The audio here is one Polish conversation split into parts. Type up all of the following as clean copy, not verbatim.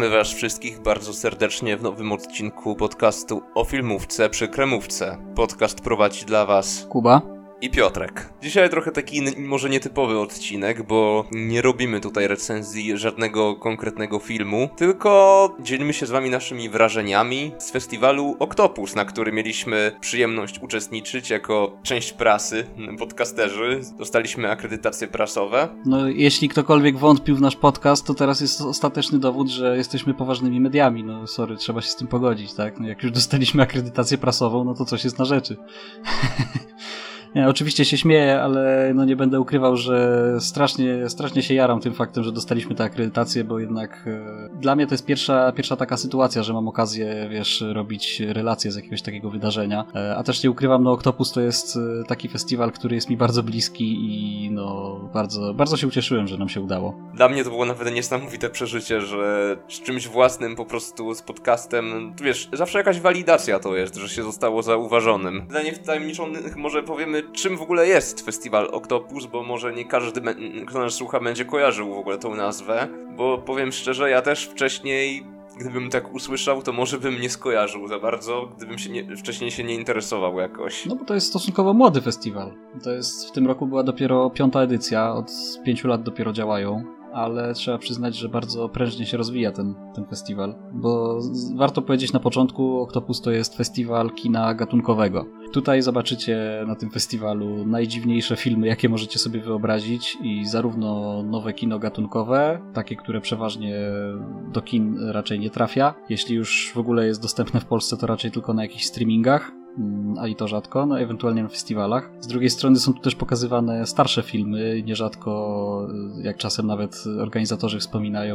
Witamy was wszystkich bardzo serdecznie w nowym odcinku podcastu o filmówce przy kremówce. Podcast prowadzi dla was Kuba i Piotrek. Dzisiaj trochę taki może nietypowy odcinek, bo nie robimy tutaj recenzji żadnego konkretnego filmu, tylko dzielimy się z wami naszymi wrażeniami z festiwalu Octopus, na który mieliśmy przyjemność uczestniczyć jako część prasy, podcasterzy. Dostaliśmy akredytacje prasowe. No, jeśli ktokolwiek wątpił w nasz podcast, to teraz jest ostateczny dowód, że jesteśmy poważnymi mediami. No sorry, trzeba się z tym pogodzić, tak? No, jak już dostaliśmy akredytację prasową, no to coś jest na rzeczy. Nie, oczywiście się śmieję, ale no nie będę ukrywał, że strasznie się jaram tym faktem, że dostaliśmy tę akredytację, bo jednak dla mnie to jest pierwsza taka sytuacja, że mam okazję, robić relacje z jakiegoś takiego wydarzenia. A też nie ukrywam, no Octopus to jest taki festiwal, który jest mi bardzo bliski i no bardzo się ucieszyłem, że nam się udało. Dla mnie to było nawet niesamowite przeżycie, że z czymś własnym po prostu, z podcastem, zawsze jakaś walidacja to jest, że się zostało zauważonym. Dla niewtajemniczonych może powiemy, czym w ogóle jest festiwal Octopus, bo może nie każdy, kto nas słucha, będzie kojarzył w ogóle tą nazwę, bo powiem szczerze, ja też wcześniej, gdybym tak usłyszał, to może bym nie skojarzył za bardzo, gdybym wcześniej się nie interesował jakoś. No bo to jest stosunkowo młody festiwal. To jest, w tym roku była dopiero 5. edycja, od 5 lat dopiero działają. Ale trzeba przyznać, że bardzo prężnie się rozwija ten festiwal, bo warto powiedzieć na początku, Octopus to jest festiwal kina gatunkowego. Tutaj zobaczycie na tym festiwalu najdziwniejsze filmy, jakie możecie sobie wyobrazić i zarówno nowe kino gatunkowe, takie, które przeważnie do kin raczej nie trafia. Jeśli już w ogóle jest dostępne w Polsce, to raczej tylko na jakichś streamingach, a i to rzadko, no ewentualnie na festiwalach. Z drugiej strony są tu też pokazywane starsze filmy, nierzadko, jak czasem nawet organizatorzy wspominają,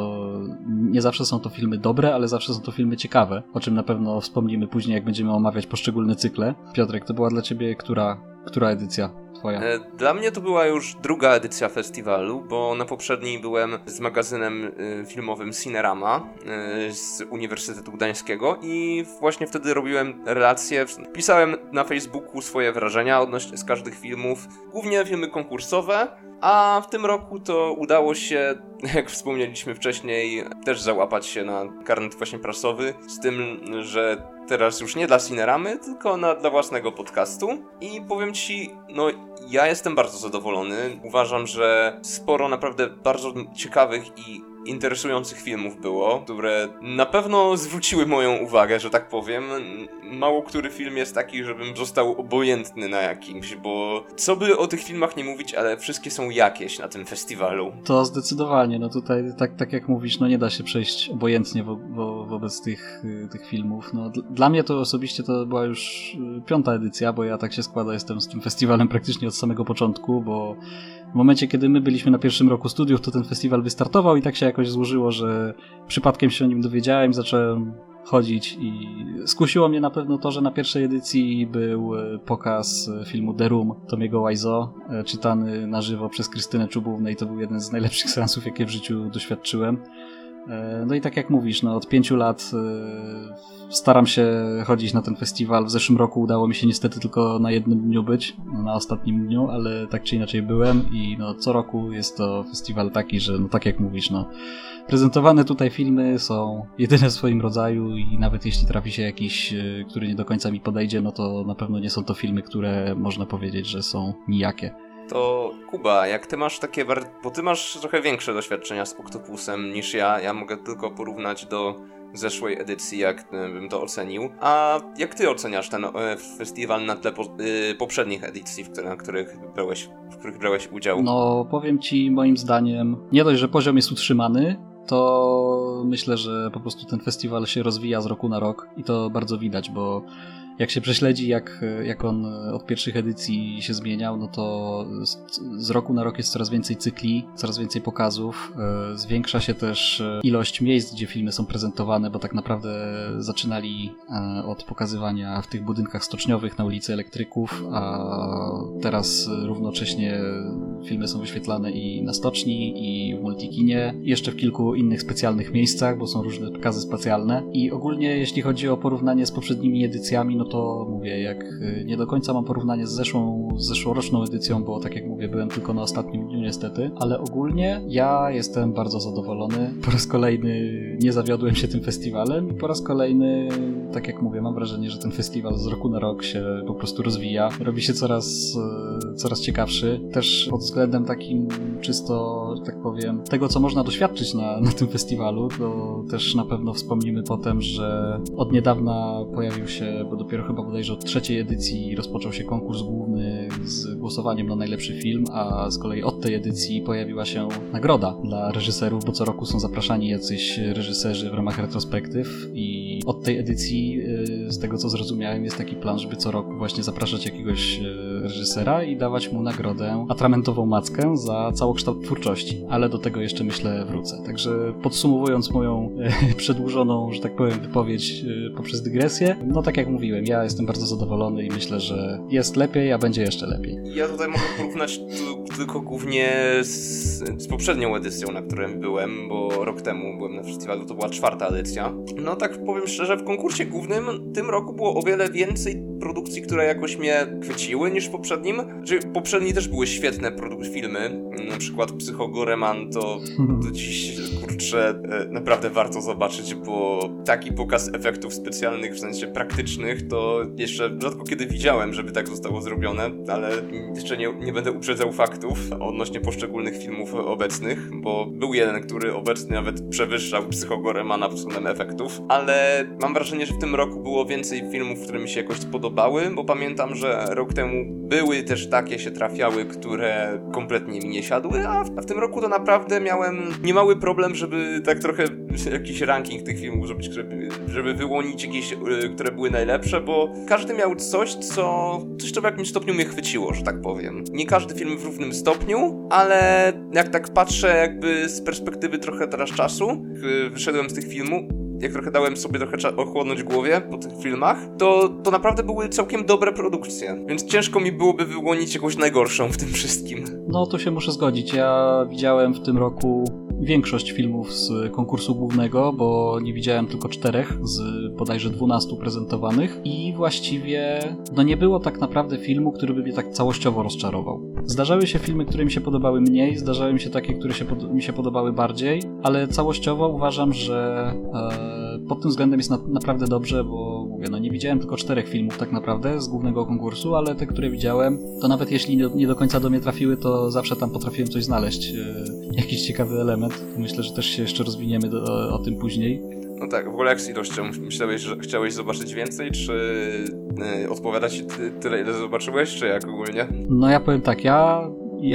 nie zawsze są to filmy dobre, ale zawsze są to filmy ciekawe, o czym na pewno wspomnimy później, jak będziemy omawiać poszczególne cykle. Piotrek, to była dla ciebie która edycja twoja? Dla mnie to była już druga edycja festiwalu, bo na poprzedniej byłem z magazynem filmowym Cinerama z Uniwersytetu Gdańskiego i właśnie wtedy robiłem relacje, pisałem na Facebooku swoje wrażenia odnośnie z każdych filmów, głównie filmy konkursowe, a w tym roku to udało się, jak wspomnieliśmy wcześniej, też załapać się na karnet właśnie prasowy, z tym, że teraz już nie dla Cineramy, tylko dla własnego podcastu. I powiem ci, no ja jestem bardzo zadowolony. Uważam, że sporo naprawdę bardzo ciekawych i interesujących filmów było, które na pewno zwróciły moją uwagę, że tak powiem. Mało który film jest taki, żebym został obojętny na jakimś, bo co by o tych filmach nie mówić, ale wszystkie są jakieś na tym festiwalu. To zdecydowanie, no tutaj tak jak mówisz, no nie da się przejść obojętnie wobec tych filmów. No, dla mnie to osobiście to była już 5. edycja, bo ja tak się składa, jestem z tym festiwalem praktycznie od samego początku, bo w momencie, kiedy my byliśmy na pierwszym roku studiów, to ten festiwal wystartował i tak się jakoś złożyło, że przypadkiem się o nim dowiedziałem, zacząłem chodzić i skusiło mnie na pewno to, że na pierwszej edycji był pokaz filmu The Room Tomiego Wiseau, czytany na żywo przez Krystynę Czubównę i to był jeden z najlepszych seansów, jakie w życiu doświadczyłem. No i tak jak mówisz, no od 5 lat staram się chodzić na ten festiwal. W zeszłym roku udało mi się niestety tylko na jednym dniu być, na ostatnim dniu, ale tak czy inaczej byłem i no co roku jest to festiwal taki, że no tak jak mówisz, no prezentowane tutaj filmy są jedyne w swoim rodzaju i nawet jeśli trafi się jakiś, który nie do końca mi podejdzie, no to na pewno nie są to filmy, które można powiedzieć, że są nijakie. To Kuba, jak ty masz takie, bo ty masz trochę większe doświadczenia z Octopusem niż ja mogę tylko porównać do zeszłej edycji, jak bym to ocenił. A jak ty oceniasz ten festiwal na tle poprzednich edycji, w których brałeś udział? No, powiem ci, moim zdaniem, nie dość, że poziom jest utrzymany, to myślę, że po prostu ten festiwal się rozwija z roku na rok i to bardzo widać, bo jak się prześledzi, jak on od pierwszych edycji się zmieniał, no to z roku na rok jest coraz więcej cykli, coraz więcej pokazów. Zwiększa się też ilość miejsc, gdzie filmy są prezentowane, bo tak naprawdę zaczynali od pokazywania w tych budynkach stoczniowych na ulicy Elektryków, a teraz równocześnie filmy są wyświetlane i na Stoczni, i w Multikinie, i jeszcze w kilku innych specjalnych miejscach, bo są różne pokazy specjalne. I ogólnie jeśli chodzi o porównanie z poprzednimi edycjami, no to mówię, jak nie do końca mam porównanie z zeszłoroczną edycją, bo tak jak mówię, byłem tylko na ostatnim dniu niestety, ale ogólnie ja jestem bardzo zadowolony. Po raz kolejny nie zawiodłem się tym festiwalem i po raz kolejny, tak jak mówię, mam wrażenie, że ten festiwal z roku na rok się po prostu rozwija. Robi się coraz ciekawszy. Też pod względem takim czysto, że tak powiem, tego, co można doświadczyć na tym festiwalu, to też na pewno wspomnimy potem, że od niedawna pojawił się, bo dopiero chyba bodajże od 3. edycji rozpoczął się konkurs główny z głosowaniem na najlepszy film, a z kolei od tej edycji pojawiła się nagroda dla reżyserów, bo co roku są zapraszani jacyś reżyserzy w ramach retrospektyw i od tej edycji, z tego co zrozumiałem, jest taki plan, żeby co roku właśnie zapraszać jakiegoś reżysera i dawać mu nagrodę, atramentową mackę za całokształt twórczości, ale do tego jeszcze myślę wrócę. Także podsumowując moją przedłużoną, że tak powiem, wypowiedź poprzez dygresję, no tak jak mówiłem, ja jestem bardzo zadowolony i myślę, że jest lepiej, a będzie jeszcze lepiej. Ja tutaj mogę porównać tylko głównie z poprzednią edycją, na którym byłem, bo rok temu byłem na festiwalu, to była 4. edycja. No tak powiem szczerze, w konkursie głównym tym roku było o wiele więcej produkcji, które jakoś mnie chwyciły niż w poprzednim. Poprzedni też były świetne filmy, na przykład Psychogoreman, to dziś, kurczę, naprawdę warto zobaczyć, bo taki pokaz efektów specjalnych, w sensie praktycznych, to jeszcze rzadko kiedy widziałem, żeby tak zostało zrobione, ale jeszcze nie będę uprzedzał faktów odnośnie poszczególnych filmów obecnych, bo był jeden, który obecnie nawet przewyższał Psychogoremana pod względem efektów, ale mam wrażenie, że w tym roku było więcej filmów, które mi się jakoś podobały, bo pamiętam, że rok temu były też takie się trafiały, które kompletnie mi nie siadły, a w tym roku to naprawdę miałem niemały problem, żeby tak trochę jakiś ranking tych filmów zrobić, żeby wyłonić jakieś, które były najlepsze, bo każdy miał coś, co w jakimś stopniu mnie chwyciło, że tak powiem. Nie każdy film w równym stopniu, ale jak tak patrzę jakby z perspektywy trochę teraz czasu, wyszedłem z tych filmów, jak trochę dałem sobie ochłonąć głowie po tych filmach, to naprawdę były całkiem dobre produkcje, więc ciężko mi byłoby wyłonić jakąś najgorszą w tym wszystkim. No to się muszę zgodzić, ja widziałem w tym roku większość filmów z konkursu głównego, bo nie widziałem tylko 4 z bodajże 12 prezentowanych i właściwie no nie było tak naprawdę filmu, który by mnie tak całościowo rozczarował. Zdarzały się filmy, które mi się podobały mniej, zdarzały mi się takie, które mi się podobały bardziej, ale całościowo uważam, że pod tym względem jest naprawdę dobrze, bo mówię, no nie widziałem tylko 4 filmów tak naprawdę z głównego konkursu, ale te, które widziałem, to nawet jeśli nie do końca do mnie trafiły, to zawsze tam potrafiłem coś znaleźć, jakiś ciekawy element. Myślę, że też się jeszcze rozwiniemy o tym później. No tak, w ogóle jak z ilością? Myślałeś, że chciałeś zobaczyć więcej, czy odpowiada ci tyle, ile zobaczyłeś, czy jak ogólnie? No ja powiem tak, ja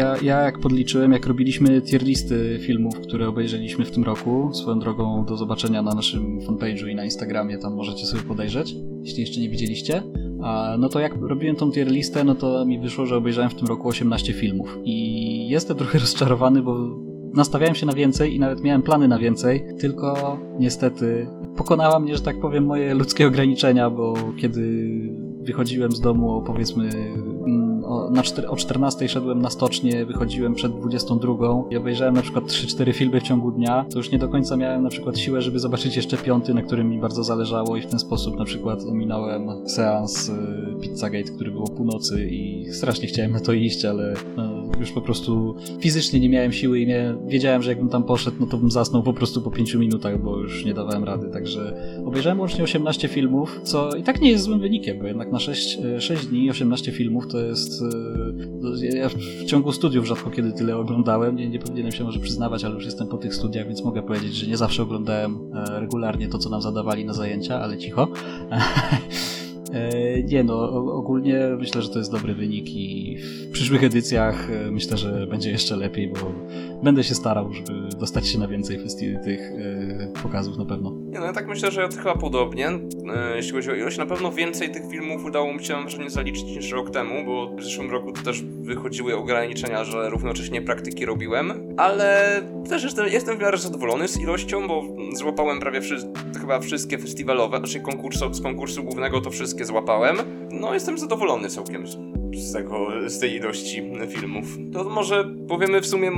jak podliczyłem, jak robiliśmy tier listy filmów, które obejrzeliśmy w tym roku, swoją drogą do zobaczenia na naszym fanpage'u i na Instagramie, tam możecie sobie podejrzeć, jeśli jeszcze nie widzieliście. No to jak robiłem tą tier listę, no to mi wyszło, że obejrzałem w tym roku 18 filmów i jestem trochę rozczarowany, bo nastawiałem się na więcej i nawet miałem plany na więcej, tylko niestety pokonała mnie, że tak powiem, moje ludzkie ograniczenia, bo kiedy wychodziłem z domu, powiedzmy o 14 szedłem na stocznię, wychodziłem przed 22 i obejrzałem na przykład 3-4 filmy w ciągu dnia, to już nie do końca miałem na przykład siłę, żeby zobaczyć jeszcze 5, na którym mi bardzo zależało i w ten sposób na przykład ominąłem seans Pizzagate, który był o północy i strasznie chciałem na to iść, ale już po prostu fizycznie nie miałem siły i wiedziałem, że jakbym tam poszedł, no to bym zasnął po prostu po 5 minutach, bo już nie dawałem rady, także obejrzałem łącznie 18 filmów, co i tak nie jest złym wynikiem, bo jednak na 6 dni 18 filmów to jest... Ja w ciągu studiów rzadko kiedy tyle oglądałem, nie powinienem się może przyznawać, ale już jestem po tych studiach, więc mogę powiedzieć, że nie zawsze oglądałem regularnie to, co nam zadawali na zajęcia, ale cicho. Nie no, ogólnie myślę, że to jest dobry wynik i w przyszłych edycjach myślę, że będzie jeszcze lepiej, bo będę się starał, żeby dostać się na więcej tych pokazów na pewno. Nie no, ja tak myślę, że ja chyba podobnie. Jeśli chodzi o ilość, na pewno więcej tych filmów udało mi się, mam wrażenie, zaliczyć niż rok temu, bo w zeszłym roku to też wychodziły ograniczenia, że równocześnie praktyki robiłem, ale też jestem w miarę zadowolony z ilością, bo złapałem prawie chyba wszystkie festiwalowe, znaczy z konkursu głównego to wszystkie złapałem. No jestem zadowolony całkiem z tej ilości filmów. To może powiemy w sumie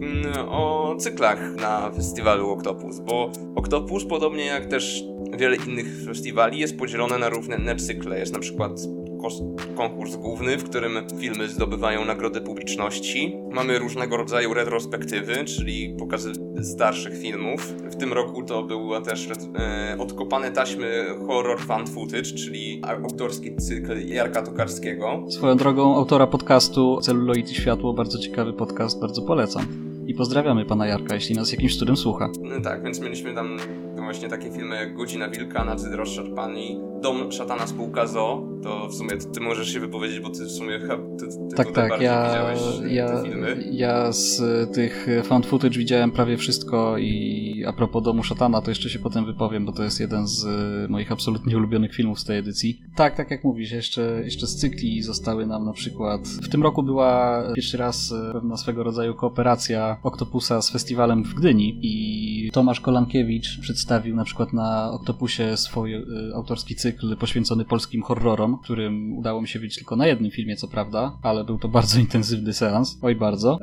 o cyklach na festiwalu Octopus, bo Octopus, podobnie jak też wiele innych festiwali, jest podzielone na różne cykle. Jest na przykład konkurs główny, w którym filmy zdobywają nagrody publiczności. Mamy różnego rodzaju retrospektywy, czyli pokazy starszych filmów. W tym roku to była też odkopane taśmy horror fan footage, czyli autorski cykl Jarka Tokarskiego. Swoją drogą autora podcastu Celuloid i Światło, bardzo ciekawy podcast, bardzo polecam. I pozdrawiamy pana Jarka, jeśli nas jakimś cudem słucha. No tak, więc mieliśmy tam właśnie takie filmy jak Godzina Wilka, Nadzy rozszarpani, Dom szatana spółka Zoo. To w sumie ty możesz się wypowiedzieć, bo ty w sumie tak, widziałeś te filmy. Ja z tych found footage widziałem prawie wszystko i a propos Domu szatana, to jeszcze się potem wypowiem, bo to jest jeden z moich absolutnie ulubionych filmów z tej edycji. Tak jak mówisz, jeszcze z cykli zostały nam na przykład... W tym roku była pierwszy raz pewna swego rodzaju kooperacja Octopusa z festiwalem w Gdyni i Tomasz Kolankiewicz przedstawił na przykład na Octopusie swój autorski cykl poświęcony polskim horrorom, którym udało mi się wyjść tylko na jednym filmie, co prawda, ale był to bardzo intensywny seans. Oj, bardzo.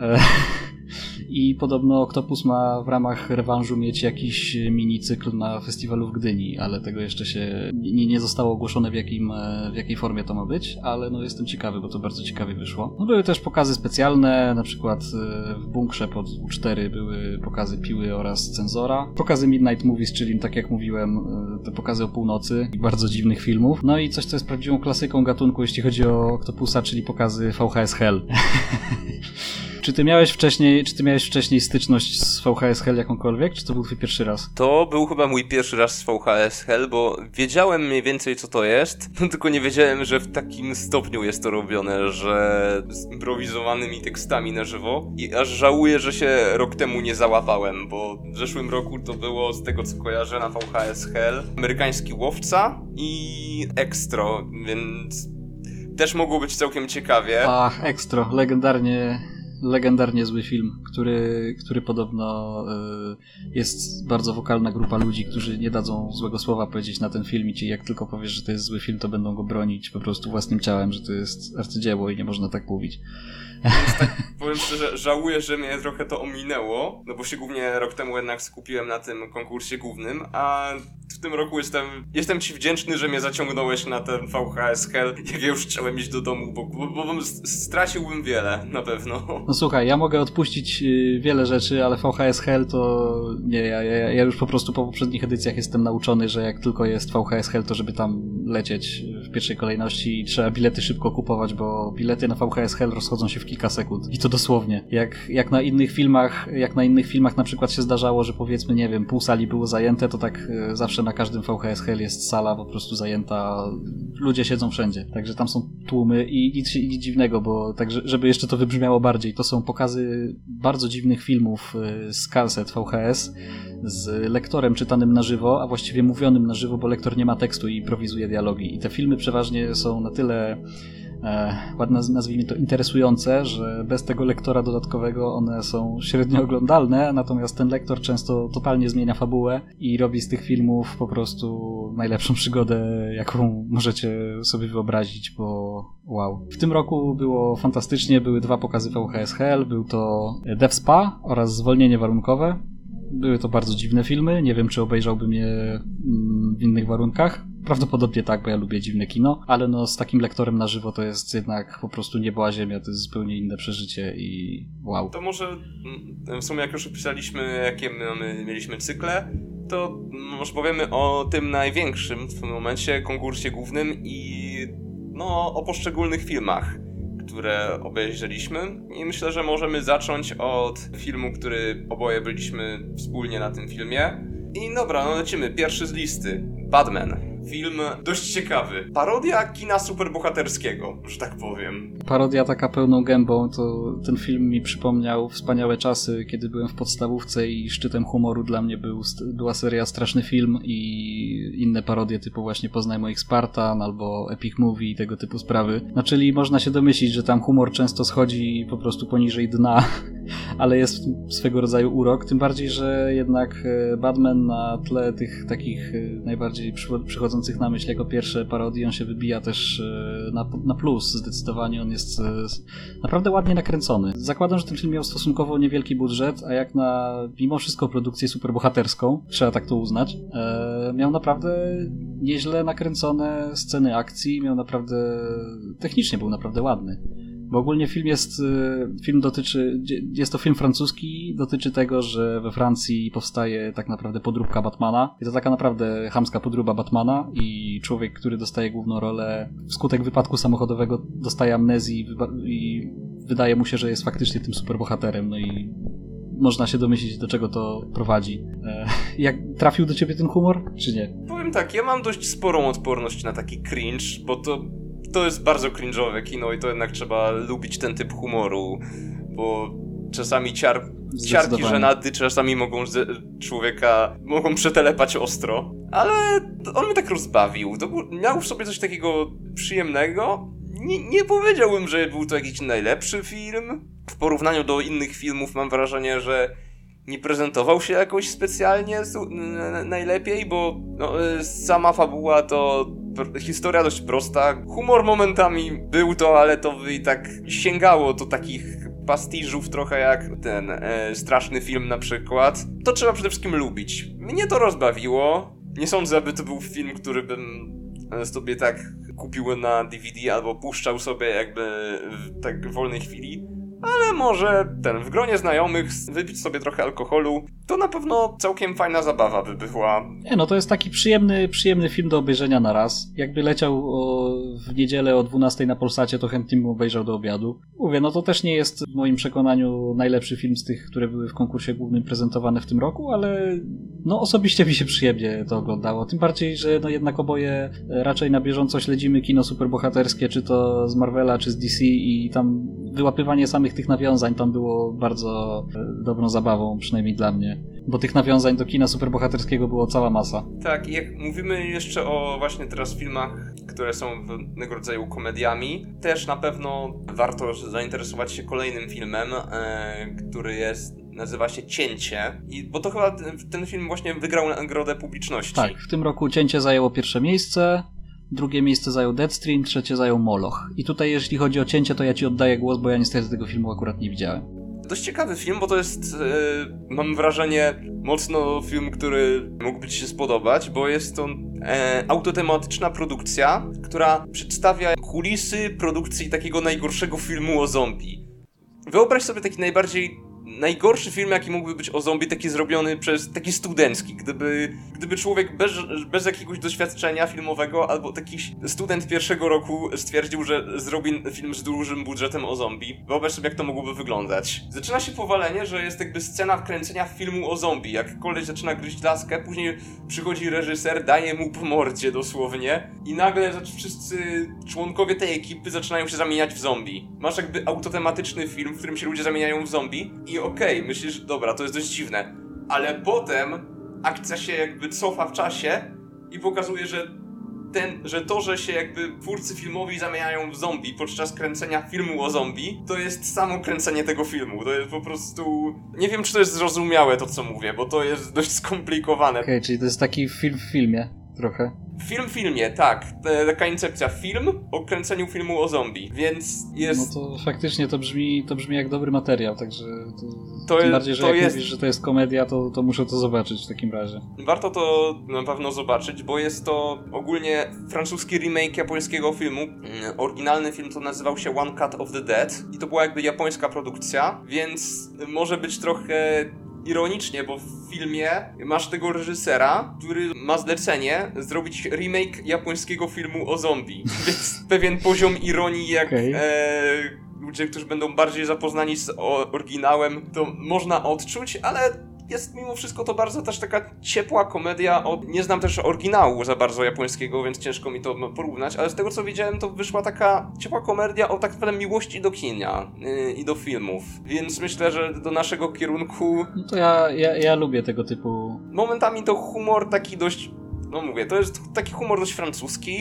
I podobno Octopus ma w ramach rewanżu mieć jakiś minicykl na festiwalu w Gdyni, ale tego jeszcze się nie zostało ogłoszone, w jakiej formie to ma być, ale no jestem ciekawy, bo to bardzo ciekawie wyszło. No były też pokazy specjalne, na przykład w bunkrze pod U4 były pokazy Piły oraz Cenzora. Pokazy Midnight Movies, czyli tak jak mówiłem, te pokazy o północy i bardzo dziwnych filmów. No i coś, co jest prawdziwą klasyką gatunku, jeśli chodzi o Octopusa, czyli pokazy VHS Hell. Czy ty miałeś wcześniej styczność z VHS Hell jakąkolwiek, czy to był twój pierwszy raz? To był chyba mój pierwszy raz z VHS Hell, bo wiedziałem mniej więcej co to jest, no tylko nie wiedziałem, że w takim stopniu jest to robione, że z improwizowanymi tekstami na żywo i aż żałuję, że się rok temu nie załapałem, bo w zeszłym roku to było, z tego co kojarzę, na VHS Hell Amerykański Łowca i Ekstro, więc też mogło być całkiem ciekawie. Ach, Ekstro, legendarnie zły film, który podobno jest bardzo wokalna grupa ludzi, którzy nie dadzą złego słowa powiedzieć na ten film i ci jak tylko powiesz, że to jest zły film, to będą go bronić po prostu własnym ciałem, że to jest arcydzieło i nie można tak mówić. Więc tak powiem szczerze, żałuję, że mnie trochę to ominęło, no bo się głównie rok temu jednak skupiłem na tym konkursie głównym, a w tym roku jestem ci wdzięczny, że mnie zaciągnąłeś na ten VHS Hell, jak ja już chciałem iść do domu, bo straciłbym wiele, na pewno. No słuchaj, ja mogę odpuścić wiele rzeczy, ale VHS Hell to nie, ja już po prostu po poprzednich edycjach jestem nauczony, że jak tylko jest VHS Hell, to żeby tam lecieć w pierwszej kolejności i trzeba bilety szybko kupować, bo bilety na VHS Hell rozchodzą się w kilka sekund. I to dosłownie. Jak na innych filmach na przykład się zdarzało, że powiedzmy, nie wiem, pół sali było zajęte, to tak zawsze na każdym VHS Hell jest sala po prostu zajęta. Ludzie siedzą wszędzie. Także tam są tłumy i nic dziwnego, bo tak, żeby jeszcze to wybrzmiało bardziej, to są pokazy bardzo dziwnych filmów z kaset VHS z lektorem czytanym na żywo, a właściwie mówionym na żywo, bo lektor nie ma tekstu i improwizuje dialogi. I te filmy przeważnie są na tyle ładnie nazwijmy to interesujące, że bez tego lektora dodatkowego one są średnio oglądalne, natomiast ten lektor często totalnie zmienia fabułę i robi z tych filmów po prostu najlepszą przygodę, jaką możecie sobie wyobrazić, bo wow. W tym roku było fantastycznie, były 2 pokazy VHS Hell, był to Death Spa oraz Zwolnienie warunkowe. Były to bardzo dziwne filmy, nie wiem czy obejrzałbym je w innych warunkach. Prawdopodobnie tak, bo ja lubię dziwne kino, ale no z takim lektorem na żywo to jest jednak po prostu niebo a ziemia, to jest zupełnie inne przeżycie i wow. To może w sumie jak już opisaliśmy, jakie mieliśmy cykle, to może powiemy o tym największym w tym momencie konkursie głównym i no o poszczególnych filmach, które obejrzeliśmy i myślę, że możemy zacząć od filmu, który oboje byliśmy wspólnie na tym filmie. I dobra, no lecimy. Pierwszy z listy. Batman. Film dość ciekawy. Parodia kina superbohaterskiego, że tak powiem. Parodia taka pełną gębą, to ten film mi przypomniał wspaniałe czasy, kiedy byłem w podstawówce i szczytem humoru dla mnie była seria Straszny Film i inne parodie typu właśnie Poznaj moich Spartan albo Epic Movie i tego typu sprawy. No czyli można się domyślić, że tam humor często schodzi po prostu poniżej dna, ale jest w tym swego rodzaju urok, tym bardziej, że jednak Batman na tle tych takich najbardziej przychodzących na myśl jako pierwsze parodie, on się wybija też na plus, zdecydowanie on jest naprawdę ładnie nakręcony. Zakładam, że ten film miał stosunkowo niewielki budżet, a jak na mimo wszystko produkcję superbohaterską, trzeba tak to uznać, miał naprawdę nieźle nakręcone sceny akcji, technicznie był naprawdę ładny. Bo ogólnie jest to film francuski, dotyczy tego, że we Francji powstaje tak naprawdę podróbka Batmana. I to taka naprawdę chamska podróba Batmana i człowiek, który dostaje główną rolę wskutek wypadku samochodowego dostaje amnezji i wydaje mu się, że jest faktycznie tym superbohaterem. No i można się domyślić, do czego to prowadzi. Jak trafił do ciebie ten humor, czy nie? Powiem tak, ja mam dość sporą odporność na taki cringe, bo to jest bardzo cringe'owe kino i to jednak trzeba lubić ten typ humoru, bo czasami ciarki żenady czasami mogą przetelepać ostro, ale on mnie tak rozbawił. Miał w sobie coś takiego przyjemnego. Nie powiedziałbym, że był to jakiś najlepszy film. W porównaniu do innych filmów mam wrażenie, że nie prezentował się jakoś specjalnie najlepiej, bo sama fabuła to historia dość prosta. Humor momentami był toaletowy i tak sięgało do takich pastiżów trochę jak ten straszny film na przykład. To trzeba przede wszystkim lubić. Mnie to rozbawiło. Nie sądzę, aby to był film, który bym sobie tak kupił na DVD albo puszczał sobie jakby w tak wolnej chwili. Ale może w gronie znajomych wypić sobie trochę alkoholu, to na pewno całkiem fajna zabawa by była. To jest taki przyjemny film do obejrzenia na raz. Jakby leciał w niedzielę o 12 na Polsacie, to chętnie bym obejrzał do obiadu. Mówię, to też nie jest w moim przekonaniu najlepszy film z tych, które były w konkursie głównym prezentowane w tym roku, ale osobiście mi się przyjemnie to oglądało. Tym bardziej, że jednak oboje raczej na bieżąco śledzimy kino superbohaterskie, czy to z Marvela, czy z DC i tam wyłapywanie samych tych nawiązań tam było bardzo dobrą zabawą, przynajmniej dla mnie. Bo tych nawiązań do kina superbohaterskiego było cała masa. Tak, i jak mówimy jeszcze o właśnie teraz filmach, które są pewnego rodzaju komediami, też na pewno warto zainteresować się kolejnym filmem, który nazywa się Cięcie. Bo to chyba ten film właśnie wygrał nagrodę publiczności. Tak, w tym roku Cięcie zajęło pierwsze miejsce. Drugie miejsce zajął Deadstream, trzecie zajął Moloch. I tutaj jeśli chodzi o Cięcie, to ja ci oddaję głos, bo ja niestety tego filmu akurat nie widziałem. Dość ciekawy film, bo to jest, mam wrażenie, mocno film, który mógłby ci się spodobać, bo jest to autotematyczna produkcja, która przedstawia kulisy produkcji takiego najgorszego filmu o zombie. Wyobraź sobie taki najgorszy film, jaki mógłby być o zombie, taki zrobiony taki studencki, gdyby człowiek bez jakiegoś doświadczenia filmowego albo taki student pierwszego roku stwierdził, że zrobi film z dużym budżetem o zombie. Wyobraź sobie, jak to mogłoby wyglądać. Zaczyna się powalenie, że jest jakby scena kręcenia filmu o zombie, jak koleś zaczyna gryźć laskę, później przychodzi reżyser, daje mu po mordzie dosłownie i nagle wszyscy członkowie tej ekipy zaczynają się zamieniać w zombie. Masz jakby autotematyczny film, w którym się ludzie zamieniają w zombie i okej, myślisz, dobra, to jest dość dziwne, ale potem akcja się jakby cofa w czasie i pokazuje, że się jakby twórcy filmowi zamieniają w zombie podczas kręcenia filmu o zombie, to jest samo kręcenie tego filmu. To jest po prostu... Nie wiem, czy to jest zrozumiałe to, co mówię, bo to jest dość skomplikowane. Okej, czyli to jest taki film w filmie trochę. Film w filmie, tak. Taka incepcja. Film o kręceniu filmu o zombie, więc jest... No to faktycznie to brzmi jak dobry materiał, także tym bardziej, że jak mówisz, że to jest komedia, to muszę to zobaczyć w takim razie. Warto to na pewno zobaczyć, bo jest to ogólnie francuski remake japońskiego filmu. Oryginalny film to nazywał się One Cut of the Dead i to była jakby japońska produkcja, więc może być trochę... ironicznie, bo w filmie masz tego reżysera, który ma zlecenie zrobić remake japońskiego filmu o zombie. Więc pewien poziom ironii, jak ludzie, którzy będą bardziej zapoznani z oryginałem, to można odczuć, ale jest mimo wszystko to bardzo też taka ciepła komedia. Nie znam też oryginału za bardzo japońskiego, więc ciężko mi to porównać, ale z tego co widziałem, to wyszła taka ciepła komedia o tak zwanej miłości do kina i do filmów. Więc myślę, że do naszego kierunku... No to ja lubię tego typu... Momentami to humor taki dość... No mówię, to jest taki humor dość francuski,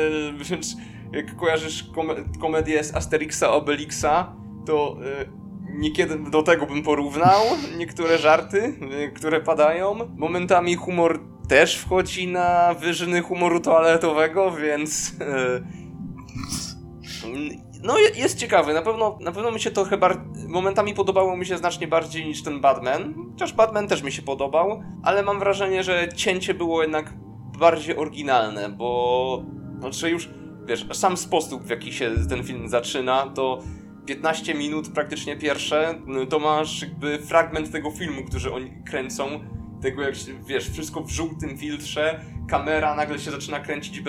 więc jak kojarzysz komedię z Asterixa, Obelixa, to... niekiedy do tego bym porównał niektóre żarty, które padają. Momentami humor też wchodzi na wyżyny humoru toaletowego, więc... No jest ciekawy, na pewno mi się to chyba momentami podobało mi się znacznie bardziej niż ten Batman, chociaż Batman też mi się podobał, ale mam wrażenie, że cięcie było jednak bardziej oryginalne, bo znaczy już, wiesz, sam sposób w jaki się ten film zaczyna, to 15 minut praktycznie pierwsze, to masz jakby fragment tego filmu, który oni kręcą, tego jak się, wiesz, wszystko w żółtym filtrze, kamera nagle się zaczyna kręcić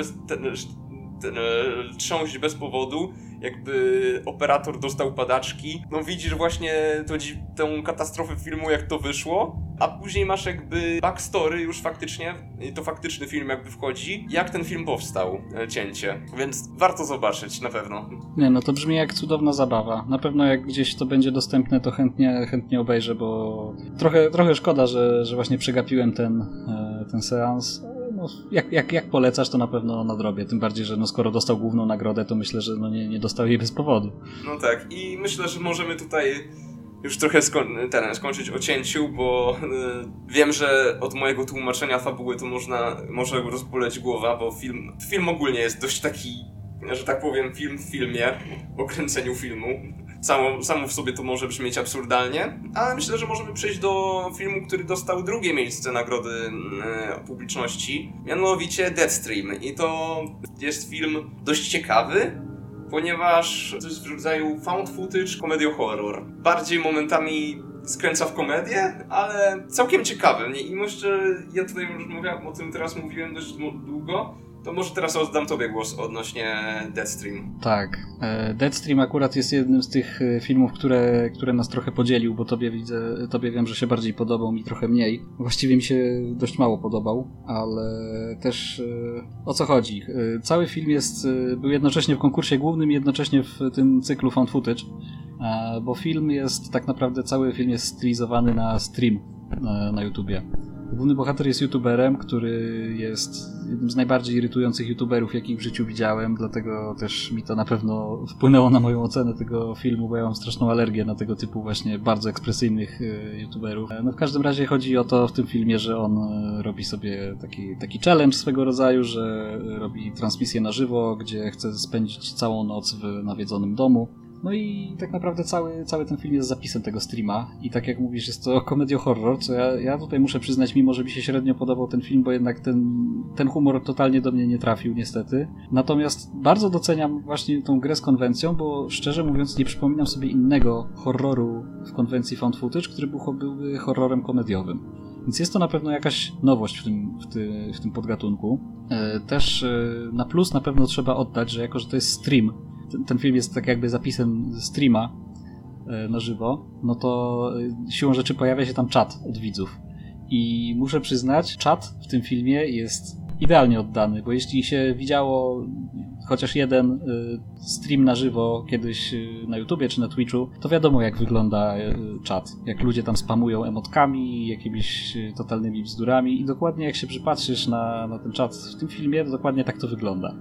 trząść bez powodu, jakby operator dostał padaczki. No widzisz właśnie tę katastrofę filmu, jak to wyszło, a później masz jakby backstory już faktycznie, to faktyczny film jakby wchodzi, jak ten film powstał, cięcie. Więc warto zobaczyć, na pewno. Nie, no to brzmi jak cudowna zabawa. Na pewno jak gdzieś to będzie dostępne, to chętnie obejrzę, bo trochę szkoda, że właśnie przegapiłem ten seans. No, jak polecasz, to na pewno nadrobię. Tym bardziej, że no skoro dostał główną nagrodę, to myślę, że no nie dostał jej bez powodu. No tak, i myślę, że możemy tutaj już trochę skończyć o cięciu, bo wiem, że od mojego tłumaczenia fabuły to może rozboleć głowa, bo film ogólnie jest dość taki, że tak powiem, film w filmie, o kręceniu filmu. Samo w sobie to może brzmieć absurdalnie, ale myślę, że możemy przejść do filmu, który dostał drugie miejsce nagrody publiczności, mianowicie Deadstream. I to jest film dość ciekawy, ponieważ to jest w rodzaju found footage, komedio-horror. Bardziej momentami skręca w komedię, ale całkiem ciekawy. I myślę, ja tutaj już o tym teraz mówiłem dość długo, to może teraz oddam tobie głos odnośnie Deadstream. Tak. Deadstream akurat jest jednym z tych filmów, które nas trochę podzielił, bo tobie wiem, że się bardziej podobał, mi trochę mniej. Właściwie mi się dość mało podobał, ale też o co chodzi? Cały film był jednocześnie w konkursie głównym i jednocześnie w tym cyklu found footage, bo cały film jest stylizowany na stream na YouTubie. Główny bohater jest youtuberem, który jest jednym z najbardziej irytujących youtuberów, jakich w życiu widziałem, dlatego też mi to na pewno wpłynęło na moją ocenę tego filmu, bo ja mam straszną alergię na tego typu właśnie bardzo ekspresyjnych youtuberów. No w każdym razie chodzi o to w tym filmie, że on robi sobie taki challenge swego rodzaju, że robi transmisję na żywo, gdzie chce spędzić całą noc w nawiedzonym domu. No i tak naprawdę cały ten film jest zapisem tego streama i tak jak mówisz, jest to komedio-horror, co ja tutaj muszę przyznać, mimo że mi się średnio podobał ten film, bo jednak ten humor totalnie do mnie nie trafił niestety. Natomiast bardzo doceniam właśnie tą grę z konwencją, bo szczerze mówiąc nie przypominam sobie innego horroru w konwencji found footage, który byłby horrorem komediowym. Więc jest to na pewno jakaś nowość w tym podgatunku. Też na plus na pewno trzeba oddać, że jako że to jest stream, ten film jest tak jakby zapisem streama na żywo, no to siłą rzeczy pojawia się tam czat od widzów. I muszę przyznać, czat w tym filmie jest idealnie oddany, bo jeśli się widziało chociaż jeden stream na żywo kiedyś na YouTubie czy na Twitchu, to wiadomo jak wygląda czat. Jak ludzie tam spamują emotkami, jakimiś totalnymi bzdurami i dokładnie jak się przypatrzysz na ten czat w tym filmie, to dokładnie tak to wygląda.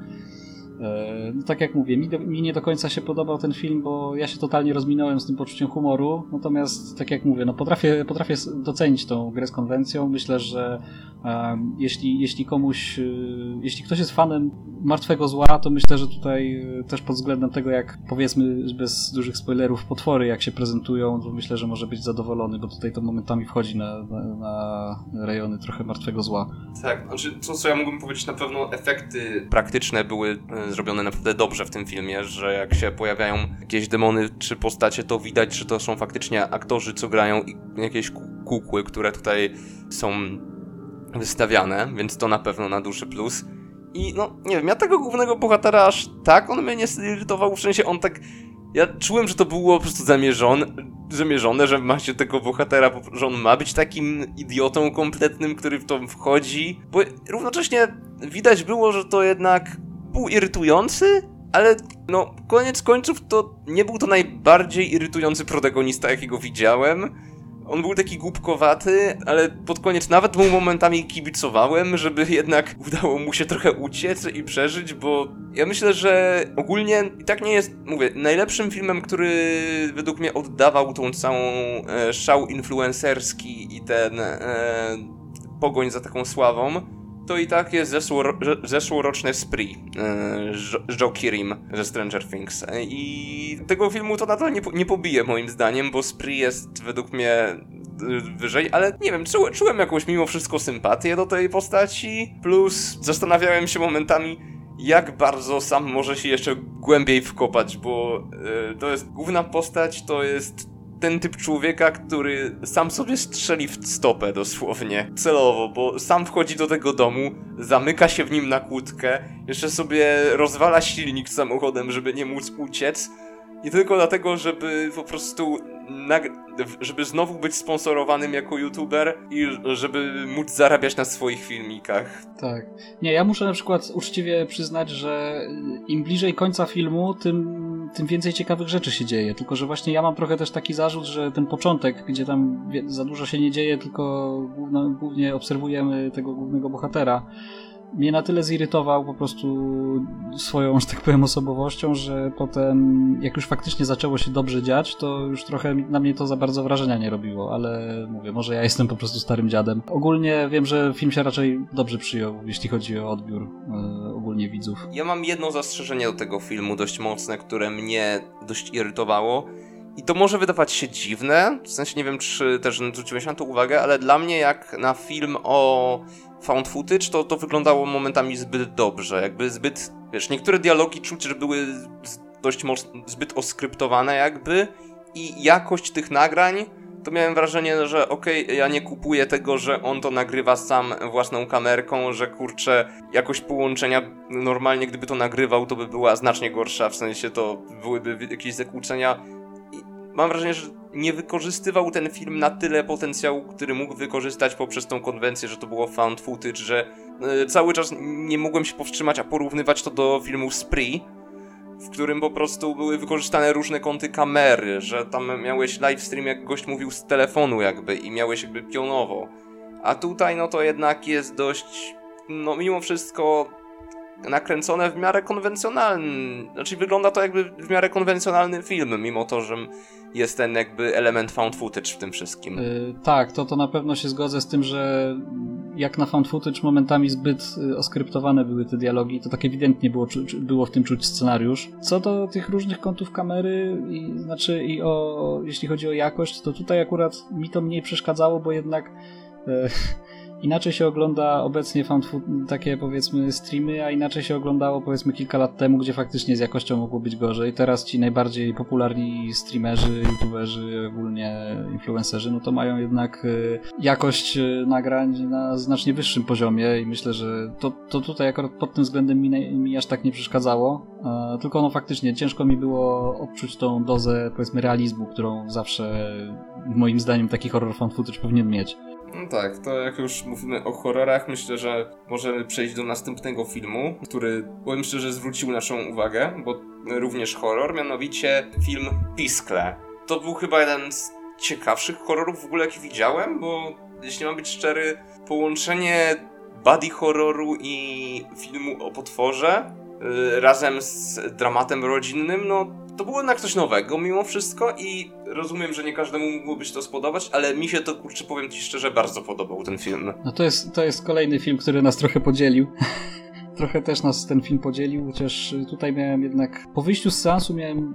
No tak jak mówię, mi nie do końca się podobał ten film, bo ja się totalnie rozminąłem z tym poczuciem humoru, natomiast tak jak mówię, no potrafię docenić tą grę z konwencją. Myślę, że jeśli ktoś jest fanem Martwego Zła, to myślę, że tutaj też pod względem tego, jak powiedzmy bez dużych spoilerów potwory jak się prezentują, to myślę, że może być zadowolony, bo tutaj to momentami wchodzi na rejony trochę Martwego Zła. Tak, znaczy to co ja mógłbym powiedzieć, na pewno efekty praktyczne były zrobione naprawdę dobrze w tym filmie, że jak się pojawiają jakieś demony czy postacie, to widać, że to są faktycznie aktorzy, co grają i jakieś kukły, które tutaj są wystawiane, więc to na pewno na duży plus. I no, nie wiem, ja tego głównego bohatera aż tak, on mnie nie zirytował, w sensie on tak... Ja czułem, że to było po prostu zamierzone, że ma się tego bohatera, że on ma być takim idiotą kompletnym, który w to wchodzi, bo równocześnie widać było, że to jednak był irytujący, ale no, koniec końców to nie był to najbardziej irytujący protagonista, jakiego widziałem. On był taki głupkowaty, ale pod koniec nawet mu momentami kibicowałem, żeby jednak udało mu się trochę uciec i przeżyć, bo ja myślę, że ogólnie i tak nie jest, mówię, najlepszym filmem, który według mnie oddawał tą całą szał influencerski i ten pogoń za taką sławą, to i tak jest zeszłoroczne Spree z Joe Keerim ze Stranger Things. I tego filmu to nadal nie pobije moim zdaniem, bo Spree jest według mnie wyżej, ale nie wiem, czułem jakąś mimo wszystko sympatię do tej postaci, plus zastanawiałem się momentami, jak bardzo sam może się jeszcze głębiej wkopać, bo to jest główna postać, to jest ten typ człowieka, który sam sobie strzeli w stopę dosłownie, celowo, bo sam wchodzi do tego domu, zamyka się w nim na kłódkę, jeszcze sobie rozwala silnik samochodem, żeby nie móc uciec i tylko dlatego, żeby po prostu żeby znowu być sponsorowanym jako youtuber i żeby móc zarabiać na swoich filmikach. Tak. Nie, ja muszę na przykład uczciwie przyznać, że im bliżej końca filmu, tym więcej ciekawych rzeczy się dzieje. Tylko że właśnie ja mam trochę też taki zarzut, że ten początek, gdzie tam za dużo się nie dzieje, tylko głównie obserwujemy tego głównego bohatera, mnie na tyle zirytował po prostu swoją, że tak powiem, osobowością, że potem, jak już faktycznie zaczęło się dobrze dziać, to już trochę na mnie to za bardzo wrażenia nie robiło, ale mówię, może ja jestem po prostu starym dziadem. Ogólnie wiem, że film się raczej dobrze przyjął, jeśli chodzi o odbiór ogólnie widzów. Ja mam jedno zastrzeżenie do tego filmu, dość mocne, które mnie dość irytowało. I to może wydawać się dziwne, w sensie nie wiem, czy też zwróciłeś na to uwagę, ale dla mnie jak na film o found footage, to wyglądało momentami zbyt dobrze, jakby zbyt, wiesz, niektóre dialogi czuć, że były dość zbyt oskryptowane jakby i jakość tych nagrań, to miałem wrażenie, że okej, ja nie kupuję tego, że on to nagrywa sam własną kamerką, że kurczę, jakość połączenia normalnie gdyby to nagrywał, to by była znacznie gorsza, w sensie to byłyby jakieś zakłócenia. Mam wrażenie, że nie wykorzystywał ten film na tyle potencjału, który mógł wykorzystać poprzez tą konwencję, że to było found footage, że cały czas nie mogłem się powstrzymać, a porównywać to do filmu Spree, w którym po prostu były wykorzystane różne kąty kamery, że tam miałeś livestream, jak gość mówił z telefonu jakby i miałeś jakby pionowo. A tutaj no to jednak jest dość, no mimo wszystko nakręcone w miarę konwencjonalny, znaczy wygląda to jakby w miarę konwencjonalny film, mimo to, że jest ten jakby element found footage w tym wszystkim. Tak, to na pewno się zgodzę z tym, że jak na found footage momentami zbyt oskryptowane były te dialogi, to tak ewidentnie było w tym czuć scenariusz. Co do tych różnych kątów kamery, jeśli chodzi o jakość, to tutaj akurat mi to mniej przeszkadzało, bo jednak inaczej się ogląda obecnie takie powiedzmy streamy, a inaczej się oglądało powiedzmy kilka lat temu, gdzie faktycznie z jakością mogło być gorzej. Teraz ci najbardziej popularni streamerzy, youtuberzy, ogólnie influencerzy, no to mają jednak jakość nagrań na znacznie wyższym poziomie i myślę, że to tutaj akurat pod tym względem mi aż tak nie przeszkadzało. Tylko no faktycznie ciężko mi było odczuć tą dozę powiedzmy realizmu, którą zawsze moim zdaniem taki horror found footage powinien mieć. No tak, to jak już mówimy o horrorach, myślę, że możemy przejść do następnego filmu, który, powiem szczerze, zwrócił naszą uwagę, bo również horror, mianowicie film Piskle. To był chyba jeden z ciekawszych horrorów w ogóle, jaki widziałem, bo jeśli mam być szczery, połączenie body horroru i filmu o potworze razem z dramatem rodzinnym, no to było jednak coś nowego mimo wszystko i rozumiem, że nie każdemu mogłoby się to spodobać, ale mi się to, kurczę, powiem ci szczerze, bardzo podobał ten film. No to jest kolejny film, który nas trochę podzielił. Trochę też nas ten film podzielił, chociaż tutaj miałem jednak... Po wyjściu z seansu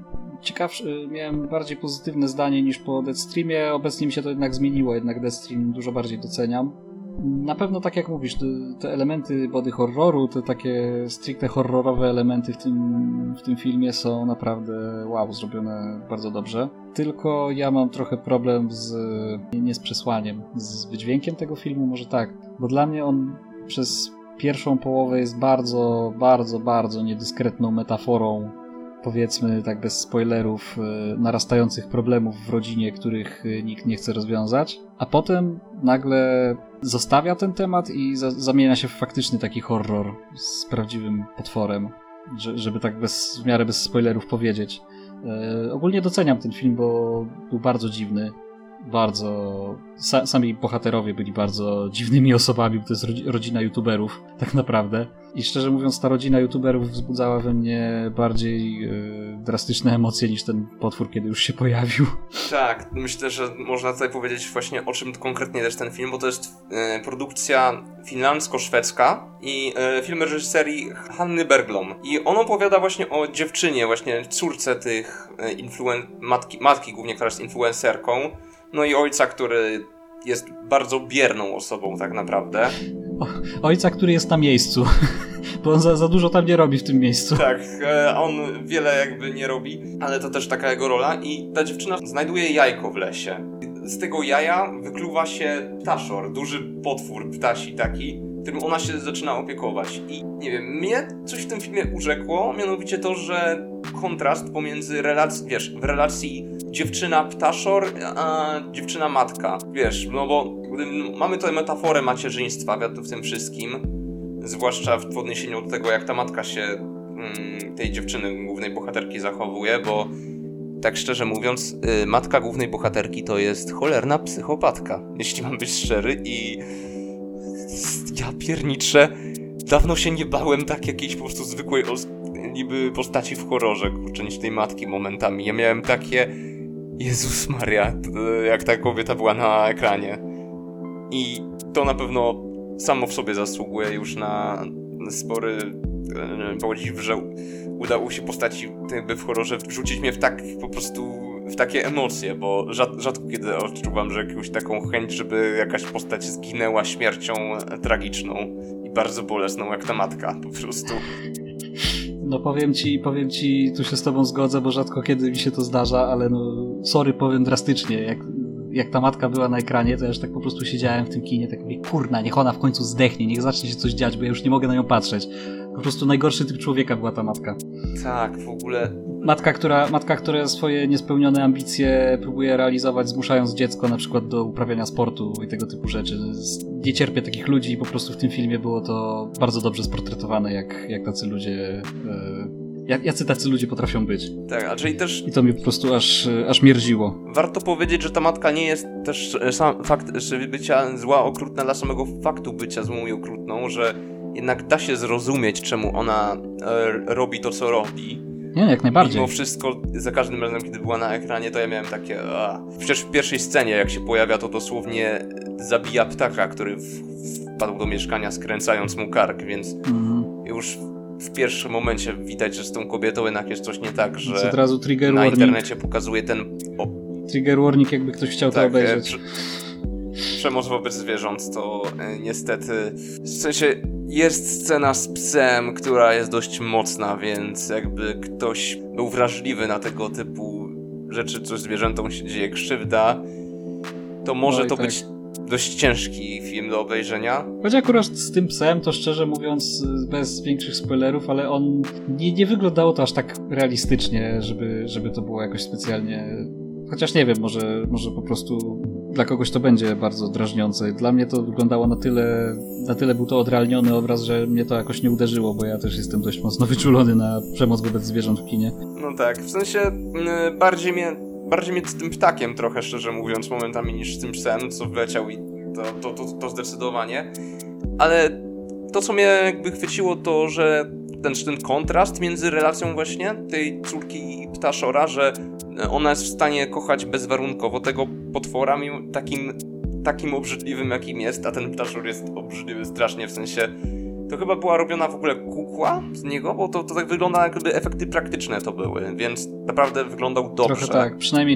miałem bardziej pozytywne zdanie niż po Deathstreamie. Obecnie mi się to jednak zmieniło, jednak Deathstream dużo bardziej doceniam. Na pewno, tak jak mówisz, te elementy body horroru, te takie stricte horrorowe elementy w tym filmie są naprawdę zrobione bardzo dobrze. Tylko ja mam trochę problem nie z przesłaniem, z wydźwiękiem tego filmu, może tak, bo dla mnie on przez pierwszą połowę jest bardzo, bardzo, bardzo niedyskretną metaforą, powiedzmy tak bez spoilerów, narastających problemów w rodzinie, których nikt nie chce rozwiązać, a potem nagle zostawia ten temat i zamienia się w faktyczny taki horror z prawdziwym potworem, żeby tak w miarę bez spoilerów powiedzieć. Ogólnie doceniam ten film, bo był bardzo dziwny bardzo... Sami bohaterowie byli bardzo dziwnymi osobami, bo to jest rodzina youtuberów, tak naprawdę. I szczerze mówiąc, ta rodzina youtuberów wzbudzała we mnie bardziej drastyczne emocje niż ten potwór, kiedy już się pojawił. Tak, myślę, że można tutaj powiedzieć właśnie o czym konkretnie jest ten film, bo to jest produkcja finlandzko-szwedzka i film reżyserii Hanny Berglom. I on opowiada właśnie o dziewczynie, właśnie córce tych matki głównie, która jest influencerką, no i ojca, który jest bardzo bierną osobą tak naprawdę. Ojca, który jest na miejscu, bo on za dużo tam nie robi w tym miejscu. Tak, on wiele jakby nie robi, ale to też taka jego rola i ta dziewczyna znajduje jajko w lesie. Z tego jaja wykluwa się ptaszor, duży potwór ptasi taki, którym ona się zaczyna opiekować. I nie wiem, mnie coś w tym filmie urzekło, mianowicie to, że kontrast pomiędzy w relacji dziewczyna-ptaszor, a dziewczyna-matka. Wiesz, no bo mamy tutaj metaforę macierzyństwa w tym wszystkim, zwłaszcza w odniesieniu do tego, jak ta matka się tej dziewczyny, głównej bohaterki zachowuje, bo tak szczerze mówiąc, matka głównej bohaterki to jest cholerna psychopatka, jeśli mam być szczery i ja pierniczę, dawno się nie bałem tak jakiejś po prostu zwykłej niby postaci w horrorze, kurczę, niż tej matki momentami. Ja miałem takie, Jezus Maria, jak ta kobieta była na ekranie. I to na pewno samo w sobie zasługuje już na spory podziw, że udało się postaci jakby w horrorze wrzucić mnie w takie emocje, bo rzadko kiedy odczuwam, że jakąś taką chęć, żeby jakaś postać zginęła śmiercią tragiczną i bardzo bolesną jak ta matka, po prostu. No powiem ci, tu się z tobą zgodzę, bo rzadko kiedy mi się to zdarza, ale no sorry, powiem drastycznie, jak ta matka była na ekranie, to ja już tak po prostu siedziałem w tym kinie, tak mówię, kurna, niech ona w końcu zdechnie, niech zacznie się coś dziać, bo ja już nie mogę na nią patrzeć. Po prostu najgorszy typ człowieka była ta matka. Tak, w ogóle... Matka, która swoje niespełnione ambicje próbuje realizować, zmuszając dziecko na przykład do uprawiania sportu i tego typu rzeczy. Nie cierpię takich ludzi i po prostu w tym filmie było to bardzo dobrze sportretowane, jak tacy ludzie... Jacy tacy ludzie potrafią być. Tak, a czyli też... I to mnie po prostu aż mierziło. Warto powiedzieć, że ta matka nie jest też sam fakt, że bycia zła okrutna dla samego faktu bycia złą i okrutną, że jednak da się zrozumieć, czemu ona robi to, co robi. Nie, jak najbardziej. Mimo wszystko, za każdym razem, kiedy była na ekranie, to ja miałem takie... Przecież w pierwszej scenie, jak się pojawia, to dosłownie zabija ptaka, który wpadł do mieszkania, skręcając mu kark, więc już w pierwszym momencie widać, że z tą kobietą jednak jest coś nie tak, że od razu trigger na warning. internecie pokazuje ten... Trigger warning, jakby ktoś chciał to obejrzeć. Przemoc wobec zwierząt to niestety... W sensie jest scena z psem, która jest dość mocna, więc jakby ktoś był wrażliwy na tego typu rzeczy, co zwierzętom się dzieje, krzywda, to może to być dość ciężki film do obejrzenia. Choć akurat z tym psem, to szczerze mówiąc, bez większych spoilerów, ale on nie wyglądało to aż tak realistycznie, żeby to było jakoś specjalnie... Chociaż nie wiem, może po prostu dla kogoś to będzie bardzo drażniące. Dla mnie to wyglądało na tyle był to odrealniony obraz, że mnie to jakoś nie uderzyło, bo ja też jestem dość mocno wyczulony na przemoc wobec zwierząt w kinie. No tak, w sensie bardziej mnie z tym ptakiem trochę, szczerze mówiąc, momentami niż z tym psem, co wleciał i to zdecydowanie. Ale to, co mnie jakby chwyciło, to, że ten kontrast między relacją właśnie tej córki i ptaszora, że ona jest w stanie kochać bezwarunkowo tego potwora, takim obrzydliwym jakim jest, a ten ptaszor jest obrzydliwy strasznie, w sensie to chyba była robiona w ogóle kukła z niego, bo to tak wygląda, jakby efekty praktyczne to były, więc naprawdę wyglądał dobrze. Trochę tak, przynajmniej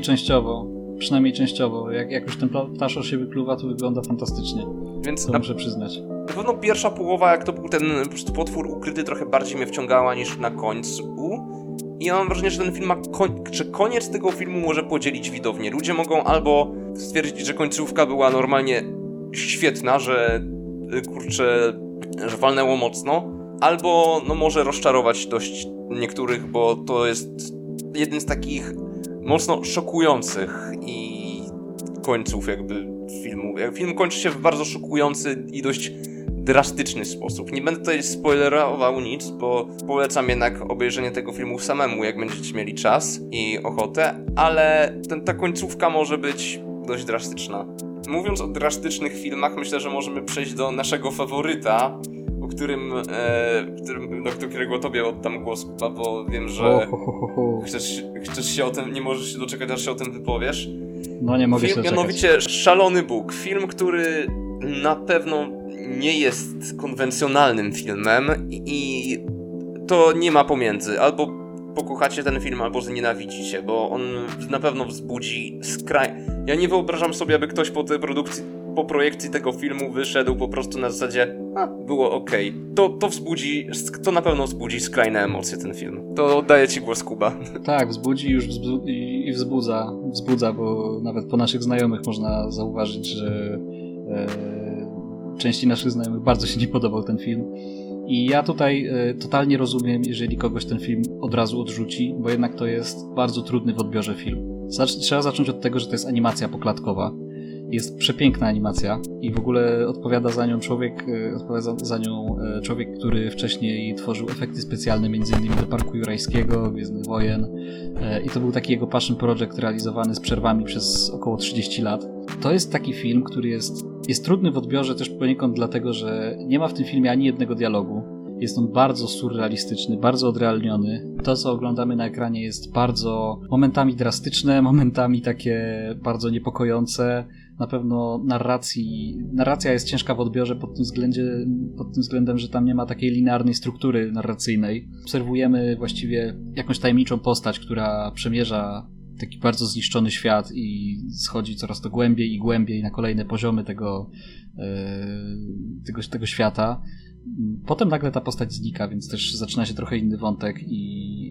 częściowo. Jak już ten ptaszor się wykluwa, to wygląda fantastycznie. Więc to muszę przyznać. Na pewno pierwsza połowa, jak to był ten po prostu potwór ukryty, trochę bardziej mnie wciągała niż na końcu. I ja mam wrażenie, że ten film że koniec tego filmu może podzielić widownię. Ludzie mogą albo stwierdzić, że końcówka była normalnie świetna, że kurczę, że walnęło mocno, albo no może rozczarować dość niektórych, bo to jest jeden z takich mocno szokujących i końców jakby filmu. Film kończy się w bardzo szokujący i dość drastyczny sposób. Nie będę tutaj spoilerował nic, bo polecam jednak obejrzenie tego filmu samemu, jak będziecie mieli czas i ochotę, ale ta końcówka może być dość drastyczna. Mówiąc o drastycznych filmach, myślę, że możemy przejść do naszego faworyta, do którego tobie oddam głos, Kuba, bo wiem, że chcesz się o tym, nie możesz się doczekać, aż się o tym wypowiesz. No nie mogę się doczekać. Mianowicie Szalony Bóg. Film, który na pewno nie jest konwencjonalnym filmem i to nie ma pomiędzy. Albo pokochacie ten film, albo znienawidzicie, bo on na pewno wzbudzi Ja nie wyobrażam sobie, aby ktoś po projekcji tego filmu wyszedł po prostu na zasadzie było okej. To na pewno wzbudzi skrajne emocje ten film. To oddaję ci głos, Kuba. Tak, wzbudzi i wzbudza, bo nawet po naszych znajomych można zauważyć, że części naszych znajomych bardzo się nie podobał ten film. I ja tutaj totalnie rozumiem, jeżeli kogoś ten film od razu odrzuci, bo jednak to jest bardzo trudny w odbiorze film. Trzeba zacząć od tego, że to jest animacja poklatkowa. Jest przepiękna animacja i w ogóle odpowiada za nią człowiek, który wcześniej tworzył efekty specjalne m.in. do Parku Jurajskiego, Gwiezdnych Wojen i to był taki jego passion project realizowany z przerwami przez około 30 lat. To jest taki film, który jest trudny w odbiorze też poniekąd dlatego, że nie ma w tym filmie ani jednego dialogu. Jest on bardzo surrealistyczny, bardzo odrealniony. To, co oglądamy na ekranie, jest bardzo momentami drastyczne, momentami takie bardzo niepokojące. Na pewno narracja jest ciężka w odbiorze pod tym względem, że tam nie ma takiej linearnej struktury narracyjnej. Obserwujemy właściwie jakąś tajemniczą postać, która przemierza taki bardzo zniszczony świat i schodzi coraz to głębiej i głębiej na kolejne poziomy tego świata. Potem nagle ta postać znika, więc też zaczyna się trochę inny wątek i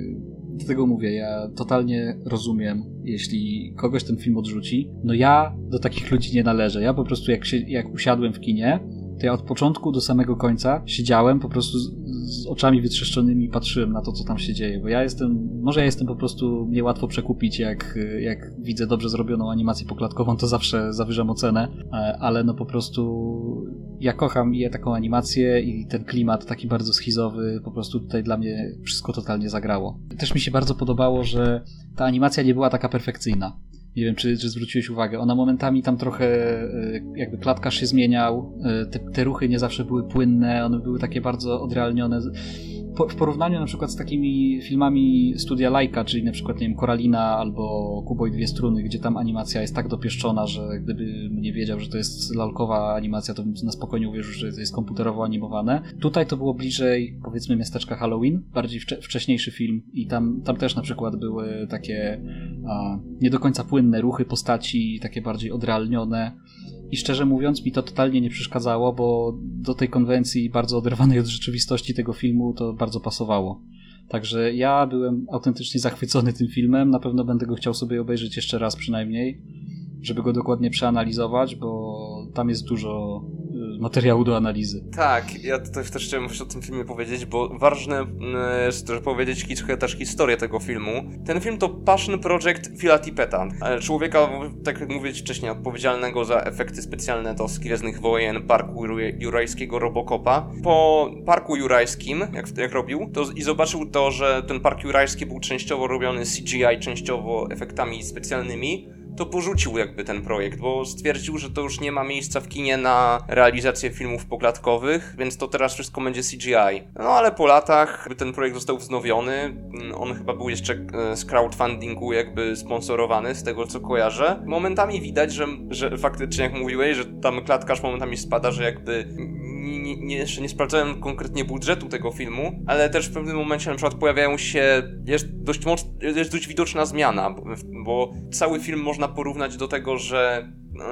do tego mówię, ja totalnie rozumiem, jeśli kogoś ten film odrzuci. No ja do takich ludzi nie należę. Ja po prostu jak usiadłem w kinie, to ja od początku do samego końca siedziałem po prostu z oczami wytrzeszczonymi i patrzyłem na to, co tam się dzieje, bo ja jestem po prostu mnie łatwo przekupić, jak widzę dobrze zrobioną animację poklatkową, to zawsze zawyżam ocenę, ale no po prostu ja kocham i taką animację i ten klimat taki bardzo schizowy, po prostu tutaj dla mnie wszystko totalnie zagrało. Też mi się bardzo podobało, że ta animacja nie była taka perfekcyjna. Nie wiem, czy zwróciłeś uwagę. Ona momentami tam trochę jakby klatkarz się zmieniał, te ruchy nie zawsze były płynne, one były takie bardzo odrealnione. W porównaniu na przykład z takimi filmami studia Laika, czyli na przykład, nie wiem, Koralina albo Kubo i dwie struny, gdzie tam animacja jest tak dopieszczona, że gdybym nie wiedział, że to jest lalkowa animacja, to bym na spokojnie uwierzył, że to jest komputerowo animowane. Tutaj to było bliżej, powiedzmy, miasteczka Halloween, bardziej wcześniejszy film i tam też na przykład były takie nie do końca płynne ruchy postaci, takie bardziej odrealnione. I szczerze mówiąc mi to totalnie nie przeszkadzało, bo do tej konwencji bardzo oderwanej od rzeczywistości tego filmu to bardzo pasowało. Także ja byłem autentycznie zachwycony tym filmem, na pewno będę go chciał sobie obejrzeć jeszcze raz przynajmniej, żeby go dokładnie przeanalizować, bo tam jest dużo materiału do analizy. Tak, ja tutaj też chciałem o tym filmie powiedzieć, bo ważne jest też powiedzieć też historię tego filmu. Ten film to passion project Phila Tippetta, człowieka, tak jak mówię wcześniej, odpowiedzialnego za efekty specjalne do Gwiezdnych Wojen, Parku Jurajskiego, Robocopa. Po Parku Jurajskim, jak robił, to i zobaczył to, że ten Park Jurajski był częściowo robiony CGI, częściowo efektami specjalnymi, to porzucił jakby ten projekt, bo stwierdził, że to już nie ma miejsca w kinie na realizację filmów poklatkowych, więc to teraz wszystko będzie CGI. No ale po latach jakby ten projekt został wznowiony, on chyba był jeszcze z crowdfundingu jakby sponsorowany, z tego co kojarzę. Momentami widać, że faktycznie jak mówiłeś, że tam klatkarz momentami spada, że jakby jeszcze nie sprawdzałem konkretnie budżetu tego filmu, ale też w pewnym momencie na przykład jest dość widoczna zmiana, bo cały film można porównać do tego, że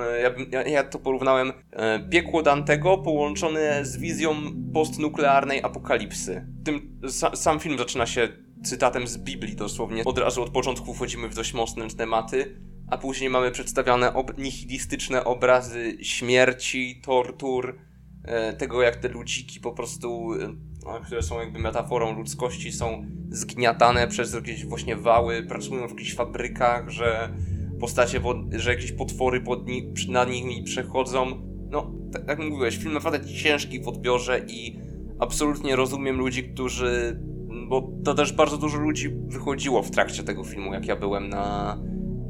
ja to porównałem piekło Dantego połączone z wizją postnuklearnej apokalipsy. Sam film zaczyna się cytatem z Biblii dosłownie. Od razu od początku wchodzimy w dość mocne tematy, a później mamy przedstawiane nihilistyczne obrazy śmierci, tortur, tego jak te ludziki po prostu, które są jakby metaforą ludzkości, są zgniatane przez jakieś właśnie wały, pracują w jakichś fabrykach, że że jakieś potwory nad nimi przechodzą. No, tak jak mówiłeś, film naprawdę ciężki w odbiorze i absolutnie rozumiem ludzi, bo to też bardzo dużo ludzi wychodziło w trakcie tego filmu, jak ja byłem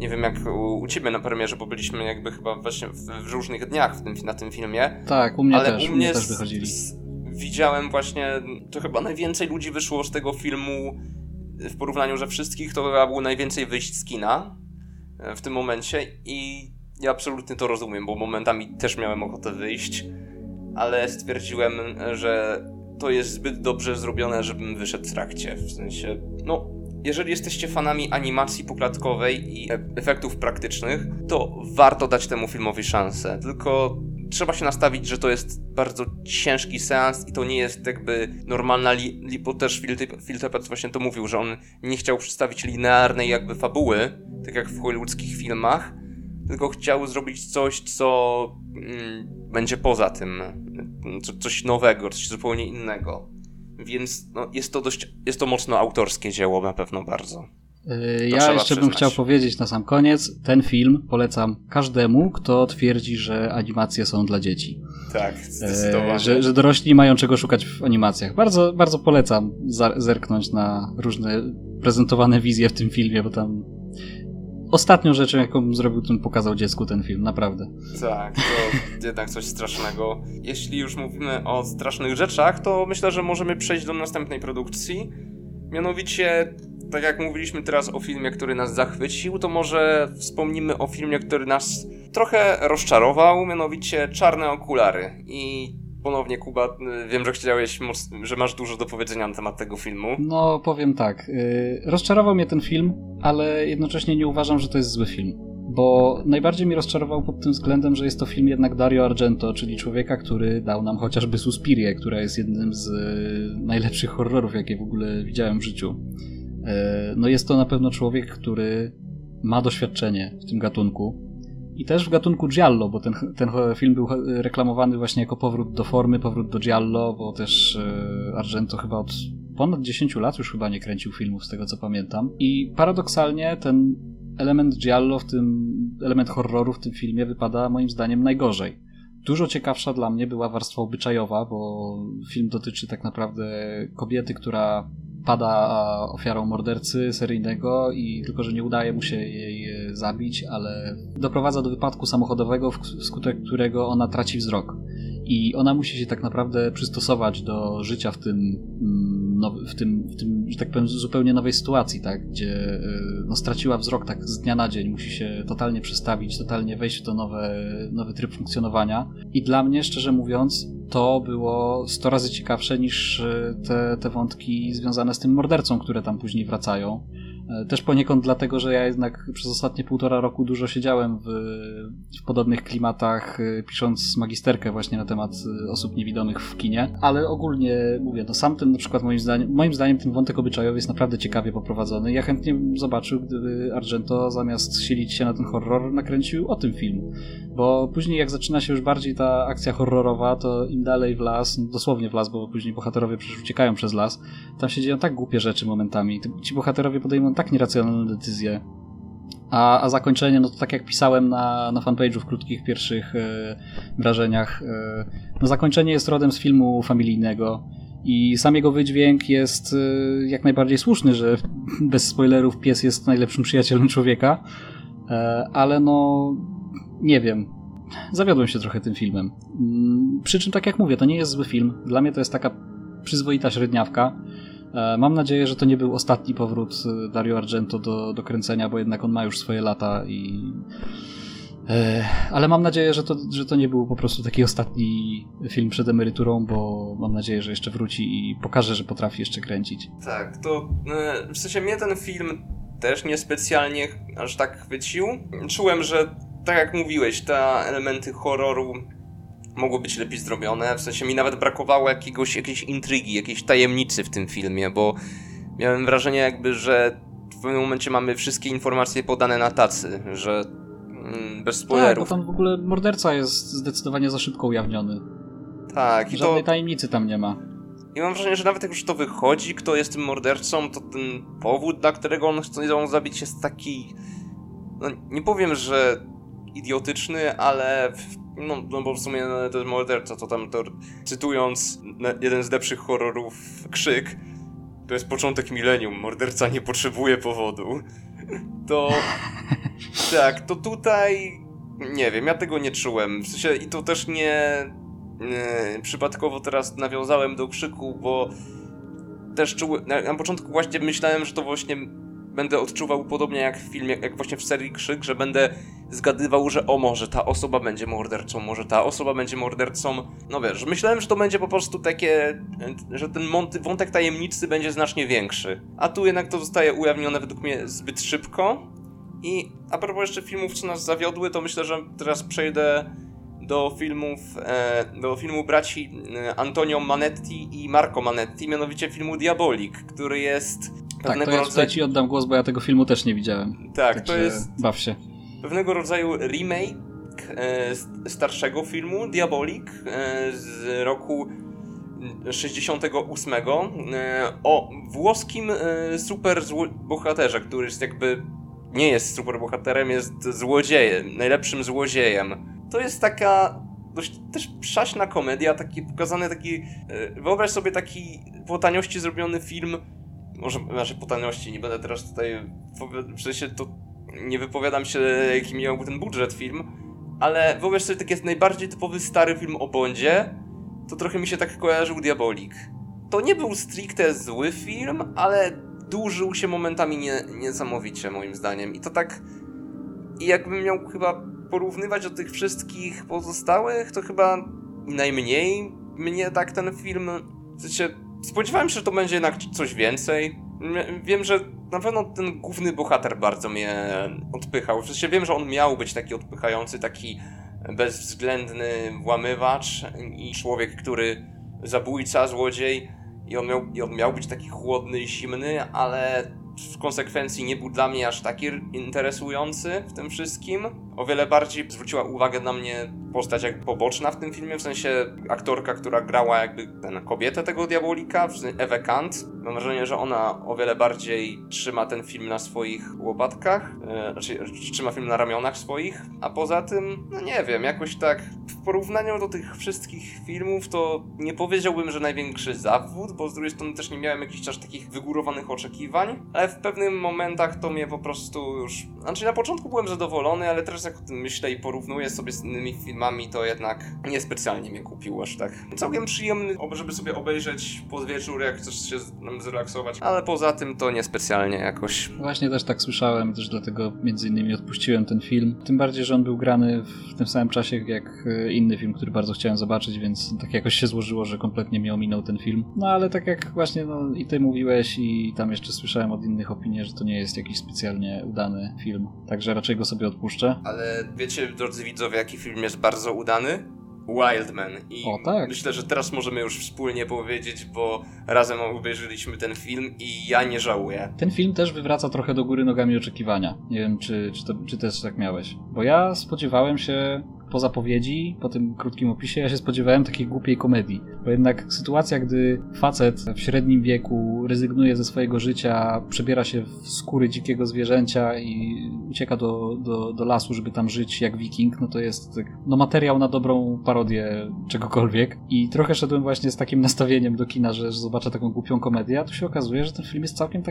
Nie wiem jak u ciebie na premierze, bo byliśmy jakby chyba właśnie w różnych dniach na tym filmie. Tak, u mnie ale też, u mnie też wychodzili. Widziałem właśnie, to chyba najwięcej ludzi wyszło z tego filmu w porównaniu, że wszystkich, to chyba było najwięcej wyjść z kina w tym momencie i ja absolutnie to rozumiem, bo momentami też miałem ochotę wyjść, ale stwierdziłem, że to jest zbyt dobrze zrobione, żebym wyszedł w trakcie. W sensie, no, jeżeli jesteście fanami animacji poklatkowej i efektów praktycznych, to warto dać temu filmowi szansę. Tylko trzeba się nastawić, że to jest bardzo ciężki seans i to nie jest jakby normalna, bo też Phil Tippett właśnie to mówił, że on nie chciał przedstawić linearnej jakby fabuły, tak jak w hollywoodzkich filmach, tylko chciał zrobić coś, co będzie poza tym, coś nowego, coś zupełnie innego. Więc no, jest to mocno autorskie dzieło na pewno bardzo. Ja jeszcze bym chciał powiedzieć na sam koniec, ten film polecam każdemu, kto twierdzi, że animacje są dla dzieci. Tak, zdecydowanie. Że dorośli mają czego szukać w animacjach. Bardzo, bardzo polecam zerknąć na różne prezentowane wizje w tym filmie, bo tam ostatnią rzeczą, jaką bym zrobił, to pokazał dziecku ten film, naprawdę. Tak, to jednak coś strasznego. Jeśli już mówimy o strasznych rzeczach, to myślę, że możemy przejść do następnej produkcji. Mianowicie, tak jak mówiliśmy teraz o filmie, który nas zachwycił, to może wspomnimy o filmie, który nas trochę rozczarował, mianowicie Czarne okulary. I ponownie, Kuba, wiem, że że masz dużo do powiedzenia na temat tego filmu. No, powiem tak. Rozczarował mnie ten film, ale jednocześnie nie uważam, że to jest zły film. Bo najbardziej mi rozczarował pod tym względem, że jest to film jednak Dario Argento, czyli człowieka, który dał nam chociażby Suspirię, która jest jednym z najlepszych horrorów, jakie w ogóle widziałem w życiu. No jest to na pewno człowiek, który ma doświadczenie w tym gatunku. I też w gatunku giallo, bo ten film był reklamowany właśnie jako powrót do formy, powrót do giallo, bo też Argento chyba od ponad 10 lat już chyba nie kręcił filmów, z tego co pamiętam. I paradoksalnie ten element giallo, element horroru w tym filmie wypada moim zdaniem najgorzej. Dużo ciekawsza dla mnie była warstwa obyczajowa, bo film dotyczy tak naprawdę kobiety, która pada ofiarą mordercy seryjnego i tylko, że nie udaje mu się jej zabić, ale doprowadza do wypadku samochodowego, wskutek którego ona traci wzrok. I ona musi się tak naprawdę przystosować do życia w tym, że tak powiem, zupełnie nowej sytuacji, tak? Gdzie no, straciła wzrok tak z dnia na dzień, musi się totalnie przestawić, totalnie wejść w to nowy tryb funkcjonowania. I dla mnie, szczerze mówiąc, to było 100 razy ciekawsze niż te wątki związane z tym mordercą, które tam później wracają. Też poniekąd dlatego, że ja jednak przez ostatnie 1,5 roku dużo siedziałem w podobnych klimatach, pisząc magisterkę właśnie na temat osób niewidomych w kinie, ale ogólnie mówię, no sam ten na przykład moim zdaniem ten wątek obyczajowy jest naprawdę ciekawie poprowadzony. Ja chętnie bym zobaczył, gdyby Argento zamiast silić się na ten horror, nakręcił o tym film, bo później jak zaczyna się już bardziej ta akcja horrorowa, to im dalej w las, no dosłownie w las, bo później bohaterowie przecież uciekają przez las, tam się dzieją tak głupie rzeczy momentami, ci bohaterowie podejmują tak nieracjonalne decyzje. A zakończenie, no to tak jak pisałem na fanpage'u w krótkich pierwszych wrażeniach, no zakończenie jest rodem z filmu familijnego i sam jego wydźwięk jest jak najbardziej słuszny, że bez spoilerów pies jest najlepszym przyjacielem człowieka, ale no nie wiem, zawiodłem się trochę tym filmem. Przy czym tak jak mówię, to nie jest zły film, dla mnie to jest taka przyzwoita średniawka. Mam nadzieję, że to nie był ostatni powrót Dario Argento do kręcenia, bo jednak on ma już swoje lata ale mam nadzieję, że to nie był po prostu taki ostatni film przed emeryturą, bo mam nadzieję, że jeszcze wróci i pokaże, że potrafi jeszcze kręcić. Tak, to w sensie mnie ten film też niespecjalnie aż tak chwycił. Czułem, że tak jak mówiłeś, te elementy horroru mogły być lepiej zrobione, w sensie mi nawet brakowało jakiejś intrygi, jakiejś tajemnicy w tym filmie, bo miałem wrażenie jakby, że w pewnym momencie mamy wszystkie informacje podane na tacy, że bez spoilerów. Tak, bo tam w ogóle morderca jest zdecydowanie za szybko ujawniony. Tak. Żadnej tajemnicy tam nie ma. I mam wrażenie, że nawet jak już to wychodzi, kto jest tym mordercą, to ten powód, dla którego on chce ją zabić, jest taki, no nie powiem, że idiotyczny, ale no bo w sumie to jest morderca, to tam to, cytując jeden z lepszych horrorów, Krzyk, to jest początek milenium, morderca nie potrzebuje powodu. to tak, to tutaj nie wiem, ja tego nie czułem. W sensie i to też nie przypadkowo teraz nawiązałem do Krzyku, bo też na początku właśnie myślałem, że to właśnie będę odczuwał podobnie jak w filmie, jak właśnie w serii Krzyk, że będę zgadywał, że może ta osoba będzie mordercą, może ta osoba będzie mordercą. No wiesz, myślałem, że to będzie po prostu takie, że ten wątek tajemnicy będzie znacznie większy. A tu jednak to zostaje ujawnione według mnie zbyt szybko. I a propos jeszcze filmów, co nas zawiodły, to myślę, że teraz przejdę do filmu braci Antonio Manetti i Marco Manetti, mianowicie filmu Diabolik, który jest pewnego rodzaju... tutaj ci oddam głos, bo ja tego filmu też nie widziałem. Tak, to jest baw się. Pewnego rodzaju remake starszego filmu Diabolik z roku 68 o włoskim superbohaterze, który jest jakby nie jest superbohaterem, jest złodziejem, najlepszym złodziejem. To jest taka dość też przaśna komedia, wyobraź sobie taki po taniości zrobiony film, może po taniości, nie będę teraz tutaj, w sensie to nie wypowiadam się, jaki miał ten budżet film, ale wyobraź sobie taki najbardziej typowy stary film o Bondzie, to trochę mi się tak kojarzył Diabolik. To nie był stricte zły film, ale dłużył się momentami niesamowicie moim zdaniem i to tak, i jakbym miał chyba porównywać do tych wszystkich pozostałych, to chyba najmniej mnie tak ten film, w sensie spodziewałem się, że to będzie jednak coś więcej. Wiem, że na pewno ten główny bohater bardzo mnie odpychał. W sensie wiem, że on miał być taki odpychający, taki bezwzględny włamywacz i człowiek, zabójca, złodziej i on miał być taki chłodny i zimny, ale w konsekwencji nie był dla mnie aż taki interesujący w tym wszystkim. O wiele bardziej zwróciła uwagę na mnie postać jakby poboczna w tym filmie, w sensie aktorka, która grała jakby kobietę tego Diabolika, Ewę Kant. Mam wrażenie, że ona o wiele bardziej trzyma ten film na swoich łopatkach, trzyma film na ramionach swoich, a poza tym, no nie wiem, jakoś tak w porównaniu do tych wszystkich filmów to nie powiedziałbym, że największy zawód, bo z drugiej strony też nie miałem jakichś aż takich wygórowanych oczekiwań, ale w pewnych momentach to mnie po prostu już... Znaczy na początku byłem zadowolony, ale teraz jak o tym myślę i porównuję sobie z innymi filmami, to jednak niespecjalnie mnie kupił aż tak. Całkiem przyjemny, żeby sobie obejrzeć pod wieczór, jak chcesz się zrelaksować, ale poza tym to niespecjalnie jakoś. Właśnie też tak słyszałem i też dlatego między innymi odpuściłem ten film. Tym bardziej, że on był grany w tym samym czasie jak inny film, który bardzo chciałem zobaczyć, więc tak jakoś się złożyło, że kompletnie mnie ominął ten film. No ale tak jak właśnie i ty mówiłeś i tam jeszcze słyszałem od innych opinii, że to nie jest jakiś specjalnie udany film. Także raczej go sobie odpuszczę. Ale wiecie, drodzy widzowie, jaki film jest bardzo udany? Wildman. I tak. Myślę, że teraz możemy już wspólnie powiedzieć, bo razem obejrzeliśmy ten film i ja nie żałuję. Ten film też wywraca trochę do góry nogami oczekiwania. Nie wiem, czy też tak miałeś. Bo ja spodziewałem się po zapowiedzi, po tym krótkim opisie, ja się spodziewałem takiej głupiej komedii. Bo jednak sytuacja, gdy facet w średnim wieku rezygnuje ze swojego życia, przebiera się w skóry dzikiego zwierzęcia i ucieka do lasu, żeby tam żyć jak wiking, no to jest materiał na dobrą parodię czegokolwiek. I trochę szedłem właśnie z takim nastawieniem do kina, że zobaczę taką głupią komedię, a tu się okazuje, że ten film jest całkiem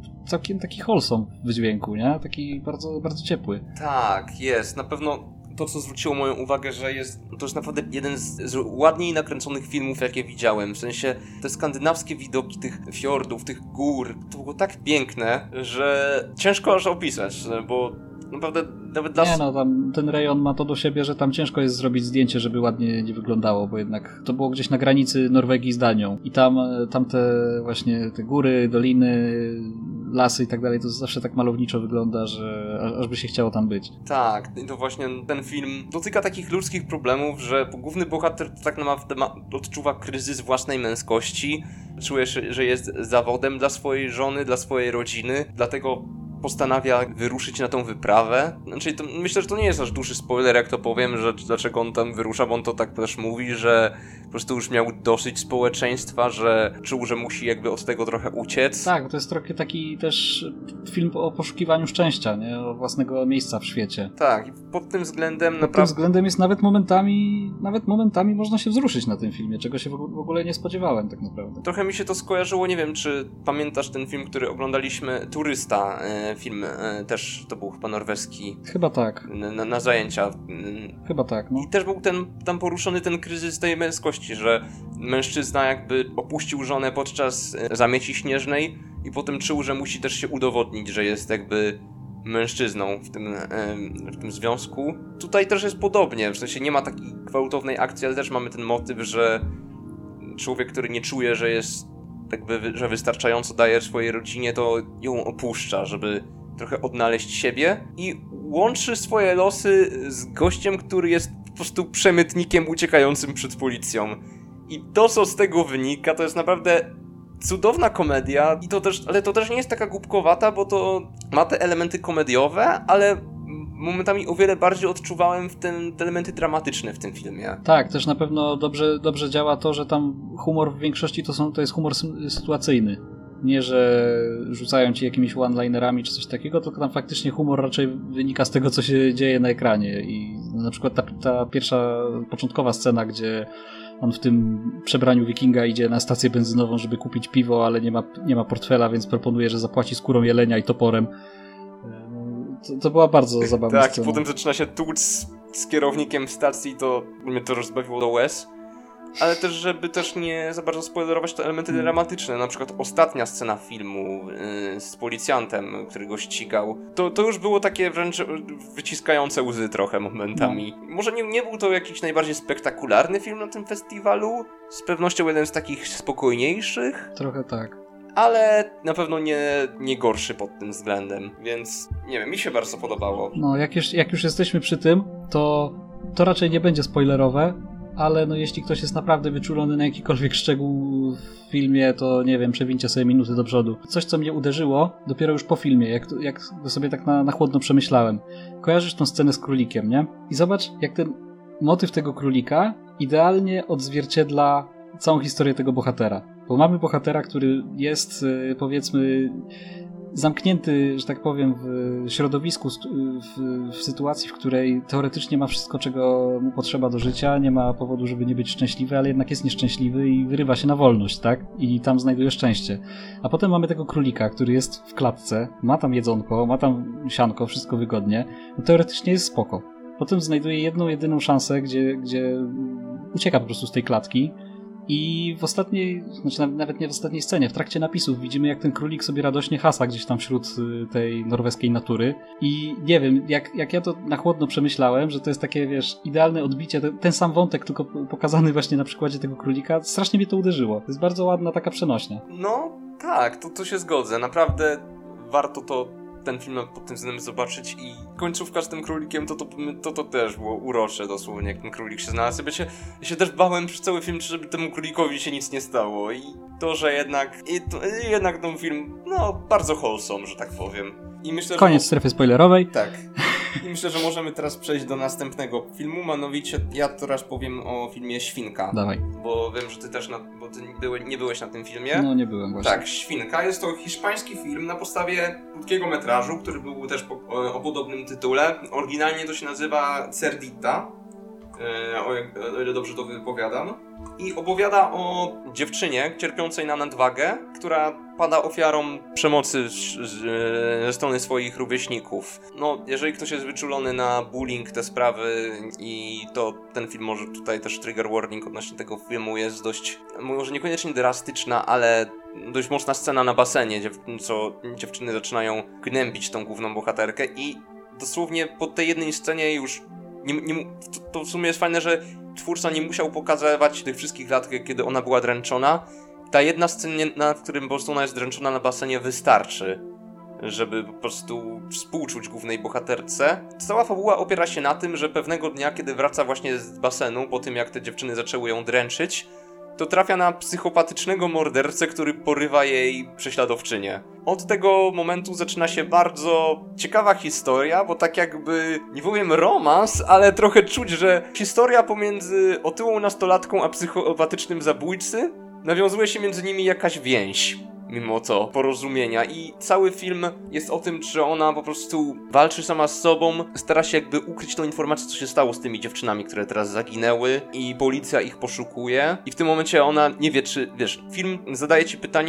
taki wholesome w wydźwięku, nie? Taki bardzo, bardzo ciepły. Tak, jest. Na pewno to, co zwróciło moją uwagę, że to jest naprawdę jeden z ładniej nakręconych filmów, jakie widziałem. W sensie te skandynawskie widoki tych fiordów, tych gór, to było tak piękne, że ciężko aż opisać, bo naprawdę nawet dla... Nie no, tam ten rejon ma to do siebie, że tam ciężko jest zrobić zdjęcie, żeby ładnie nie wyglądało, bo jednak to było gdzieś na granicy Norwegii z Danią. I tam te właśnie te góry, doliny, lasy i tak dalej, to zawsze tak malowniczo wygląda, że aż by się chciało tam być. Tak, i to właśnie ten film dotyka takich ludzkich problemów, że główny bohater tak naprawdę odczuwa kryzys własnej męskości, czuje się, że jest zawodem dla swojej żony, dla swojej rodziny, dlatego postanawia wyruszyć na tą wyprawę. Znaczy, myślę, że to nie jest aż duży spoiler, jak to powiem, że dlaczego on tam wyrusza, bo on to tak też mówi, że po prostu już miał dosyć społeczeństwa, że czuł, że musi jakby od tego trochę uciec. Tak, to jest trochę taki też film o poszukiwaniu szczęścia, nie? O własnego miejsca w świecie. Tak, i pod tym względem naprawdę... Pod tym względem jest nawet momentami można się wzruszyć na tym filmie, czego się w ogóle nie spodziewałem tak naprawdę. Trochę mi się to skojarzyło, nie wiem, czy pamiętasz ten film, który oglądaliśmy, Turysta, film, też to był chyba norweski. Chyba tak. Na zajęcia. Chyba tak, no. I też był tam poruszony ten kryzys tej męskości, że mężczyzna jakby opuścił żonę podczas zamieci śnieżnej i potem czuł, że musi też się udowodnić, że jest jakby mężczyzną w tym związku. Tutaj też jest podobnie, w sensie nie ma takiej gwałtownej akcji, ale też mamy ten motyw, że człowiek, który nie czuje, że jest jakby, że wystarczająco daje swojej rodzinie, to ją opuszcza, żeby trochę odnaleźć siebie i łączy swoje losy z gościem, który jest po prostu przemytnikiem uciekającym przed policją. I to, co z tego wynika, to jest naprawdę cudowna komedia, ale to też nie jest taka głupkowata, bo to ma te elementy komediowe, ale momentami o wiele bardziej odczuwałem te elementy dramatyczne w tym filmie. Tak, też na pewno dobrze działa to, że tam humor w większości to jest humor sytuacyjny. Nie, że rzucają ci jakimiś one-linerami czy coś takiego, tylko tam faktycznie humor raczej wynika z tego, co się dzieje na ekranie. I na przykład ta pierwsza, początkowa scena, gdzie on w tym przebraniu wikinga idzie na stację benzynową, żeby kupić piwo, ale nie ma portfela, więc proponuje, że zapłaci skórą jelenia i toporem. To była bardzo zabawna scena. Tak, i potem zaczyna się tłuc z kierownikiem stacji, to mnie to rozbawiło do łez. Ale też, żeby też nie za bardzo spoilerować, te elementy dramatyczne, na przykład ostatnia scena filmu z policjantem, który go ścigał, to już było takie wręcz wyciskające łzy trochę momentami. Może nie był to jakiś najbardziej spektakularny film na tym festiwalu, z pewnością jeden z takich spokojniejszych. Trochę tak. Ale na pewno nie gorszy pod tym względem, więc nie wiem, mi się bardzo podobało. No, jak już jesteśmy przy tym, to raczej nie będzie spoilerowe, ale no jeśli ktoś jest naprawdę wyczulony na jakikolwiek szczegół w filmie, to nie wiem, przewincie sobie minuty do przodu. Coś, co mnie uderzyło dopiero już po filmie, jak sobie tak na chłodno przemyślałem. Kojarzysz tą scenę z królikiem, nie? I zobacz, jak ten motyw tego królika idealnie odzwierciedla całą historię tego bohatera. Bo mamy bohatera, który jest, powiedzmy, zamknięty, że tak powiem, w środowisku, w sytuacji, w której teoretycznie ma wszystko, czego mu potrzeba do życia, nie ma powodu, żeby nie być szczęśliwy, ale jednak jest nieszczęśliwy i wyrywa się na wolność, tak? I tam znajduje szczęście. A potem mamy tego królika, który jest w klatce, ma tam jedzonko, ma tam sianko, wszystko wygodnie, no teoretycznie jest spoko. Potem znajduje jedną, jedyną szansę, gdzie ucieka po prostu z tej klatki. I w ostatniej, znaczy nawet nie w ostatniej scenie, w trakcie napisów widzimy, jak ten królik sobie radośnie hasa gdzieś tam wśród tej norweskiej natury. I nie wiem, jak ja to na chłodno przemyślałem, że to jest takie, wiesz, idealne odbicie, ten sam wątek, tylko pokazany właśnie na przykładzie tego królika, strasznie mnie to uderzyło. To jest bardzo ładna taka przenośnia. No tak, to się zgodzę. Naprawdę warto ten film pod tym względem zobaczyć i końcówka z tym królikiem to też było urocze dosłownie, jak ten królik się znalazł. Ja się też bałem przez cały film, żeby temu królikowi się nic nie stało i to, że jednak ten film, no, bardzo wholesome, że tak powiem. I myślę, koniec strefy spoilerowej. Tak. I myślę, że możemy teraz przejść do następnego filmu, mianowicie ja teraz powiem o filmie Świnka. Dawaj. Bo wiem, że ty też bo ty nie byłeś na tym filmie. No, nie byłem właśnie. Tak, Świnka. Jest to hiszpański film na podstawie krótkiego metrażu, który był też o podobnym tytule. Oryginalnie to się nazywa Cerdita, o ile dobrze to wypowiadam. I opowiada o dziewczynie cierpiącej na nadwagę, która pada ofiarą przemocy ze strony swoich rówieśników. No, jeżeli ktoś jest wyczulony na bullying, te sprawy i to ten film może tutaj też trigger warning odnośnie tego filmu jest dość, może niekoniecznie drastyczna, ale dość mocna scena na basenie, co dziewczyny zaczynają gnębić tą główną bohaterkę i dosłownie po tej jednej scenie już to w sumie jest fajne, że twórca nie musiał pokazywać tych wszystkich lat, kiedy ona była dręczona. Ta jedna scena, w którym po prostu ona jest dręczona na basenie, wystarczy, żeby po prostu współczuć głównej bohaterce. Cała fabuła opiera się na tym, że pewnego dnia, kiedy wraca właśnie z basenu, po tym jak te dziewczyny zaczęły ją dręczyć, to trafia na psychopatycznego mordercę, który porywa jej prześladowczynię. Od tego momentu zaczyna się bardzo ciekawa historia, bo tak jakby, nie powiem romans, ale trochę czuć, że historia pomiędzy otyłą nastolatką a psychopatycznym zabójcy, nawiązuje się między nimi jakaś więź. Mimo to porozumienia i cały film jest o tym, że ona po prostu walczy sama z sobą, stara się jakby ukryć tą informację, co się stało z tymi dziewczynami, które teraz zaginęły i policja ich poszukuje i w tym momencie ona nie wie, czy, wiesz, film zadaje ci pytanie,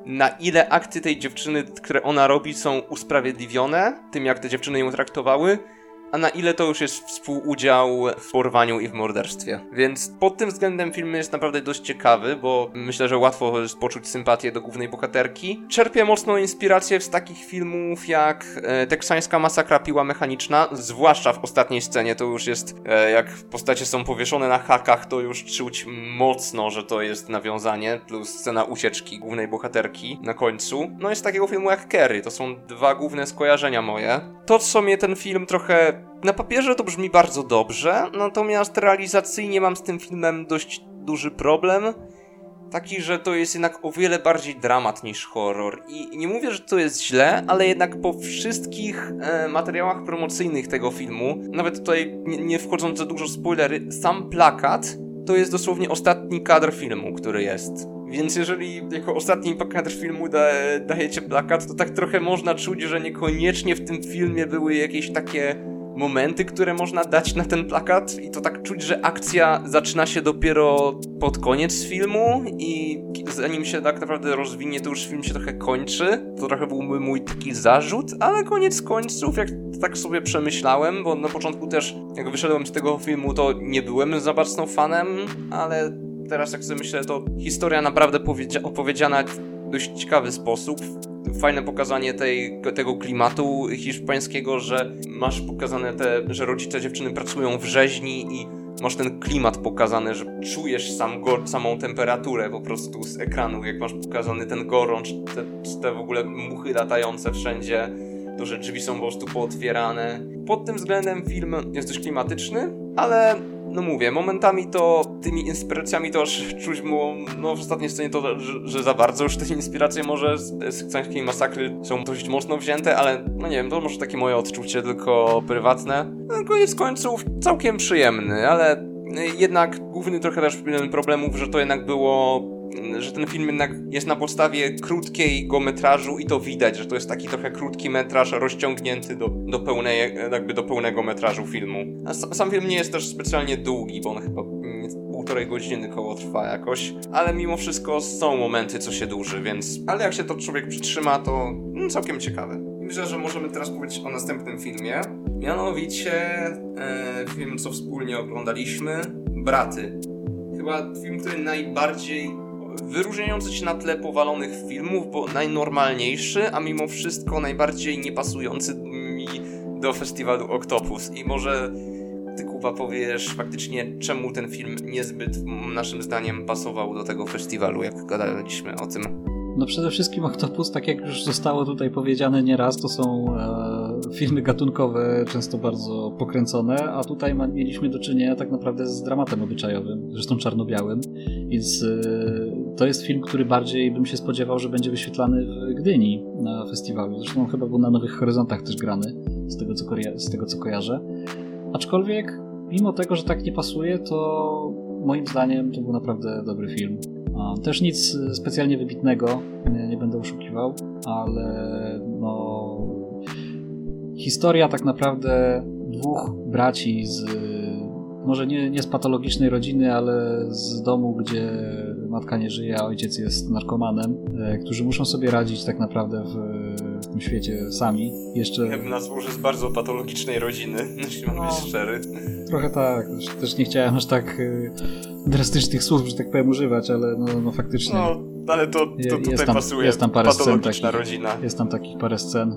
na ile akty tej dziewczyny, które ona robi, są usprawiedliwione tym, jak te dziewczyny ją traktowały, a na ile to już jest współudział w porwaniu i w morderstwie. Więc pod tym względem film jest naprawdę dość ciekawy, bo myślę, że łatwo jest poczuć sympatię do głównej bohaterki. Czerpie mocną inspirację z takich filmów jak Teksańska masakra piła mechaniczna, zwłaszcza w ostatniej scenie. To już jest, jak postacie są powieszone na hakach, to już czuć mocno, że to jest nawiązanie, plus scena ucieczki głównej bohaterki na końcu. No jest takiego filmu jak Carrie, to są dwa główne skojarzenia moje. To, co mnie ten film trochę... Na papierze to brzmi bardzo dobrze, natomiast realizacyjnie mam z tym filmem dość duży problem. Taki, że to jest jednak o wiele bardziej dramat niż horror. I nie mówię, że to jest źle, ale jednak po wszystkich materiałach promocyjnych tego filmu, nawet tutaj nie wchodząc za dużo w spoilery, sam plakat to jest dosłownie ostatni kadr filmu, który jest. Więc jeżeli jako ostatni kadr filmu dajecie plakat, to tak trochę można czuć, że niekoniecznie w tym filmie były jakieś takie momenty, które można dać na ten plakat i to tak czuć, że akcja zaczyna się dopiero pod koniec filmu i zanim się tak naprawdę rozwinie, to już film się trochę kończy. To trochę byłby mój taki zarzut, ale koniec końców, jak tak sobie przemyślałem, bo na początku też, jak wyszedłem z tego filmu, to nie byłem za bardzo fanem, ale teraz jak sobie myślę, to historia naprawdę opowiedziana w dość ciekawy sposób. Fajne pokazanie tego klimatu hiszpańskiego, że masz pokazane że rodzice dziewczyny pracują w rzeźni i masz ten klimat pokazany, że czujesz samą temperaturę po prostu z ekranu, jak masz pokazany ten gorącz, te w ogóle muchy latające wszędzie, to, że drzwi są po prostu pootwierane. Pod tym względem film jest dość klimatyczny, ale no mówię, momentami to tymi inspiracjami to aż czuć było, no w ostatniej scenie to, że za bardzo już te inspiracje może z Teksańskiej masakry są dość mocno wzięte, ale no nie wiem, to może takie moje odczucie tylko prywatne. No, koniec końców całkiem przyjemny, ale jednak główny trochę też problemów, że to jednak było, że ten film jednak jest na podstawie krótkiego metrażu i to widać, że to jest taki trochę krótki metraż rozciągnięty do pełnego metrażu filmu. A sam film nie jest też specjalnie długi, bo on chyba 1,5 godziny koło trwa jakoś, ale mimo wszystko są momenty, co się dłuży, więc... Ale jak się to człowiek przytrzyma, to całkiem ciekawe. Myślę, że możemy teraz powiedzieć o następnym filmie. Mianowicie film, co wspólnie oglądaliśmy, Braty. Chyba film, który najbardziej wyróżniający się na tle powalonych filmów, bo najnormalniejszy, a mimo wszystko najbardziej niepasujący mi do festiwalu Octopus. I może ty, Kuba, powiesz faktycznie, czemu ten film niezbyt naszym zdaniem pasował do tego festiwalu, jak gadaliśmy o tym. No przede wszystkim Octopus, tak jak już zostało tutaj powiedziane nieraz, to są filmy gatunkowe, często bardzo pokręcone, a tutaj mieliśmy do czynienia tak naprawdę z dramatem obyczajowym, zresztą czarno-białym, więc to jest film, który bardziej bym się spodziewał, że będzie wyświetlany w Gdyni na festiwalu. Zresztą chyba był na Nowych Horyzontach też grany, z tego co kojarzę. Aczkolwiek, mimo tego, że tak nie pasuje, to moim zdaniem to był naprawdę dobry film. Też nic specjalnie wybitnego, nie będę oszukiwał, ale no... Historia tak naprawdę dwóch braci z... może nie z patologicznej rodziny, ale z domu, gdzie matka nie żyje, a ojciec jest narkomanem, którzy muszą sobie radzić tak naprawdę w tym świecie sami. Jeszcze... Ja bym nazwał, że z bardzo patologicznej rodziny, jeśli mam być szczery. Trochę tak, też nie chciałem aż tak drastycznych słów, że tak powiem, używać, ale no faktycznie... No, ale to tutaj pasuje, jest tam parę scen patologiczna rodzina. Jest tam takich parę scen.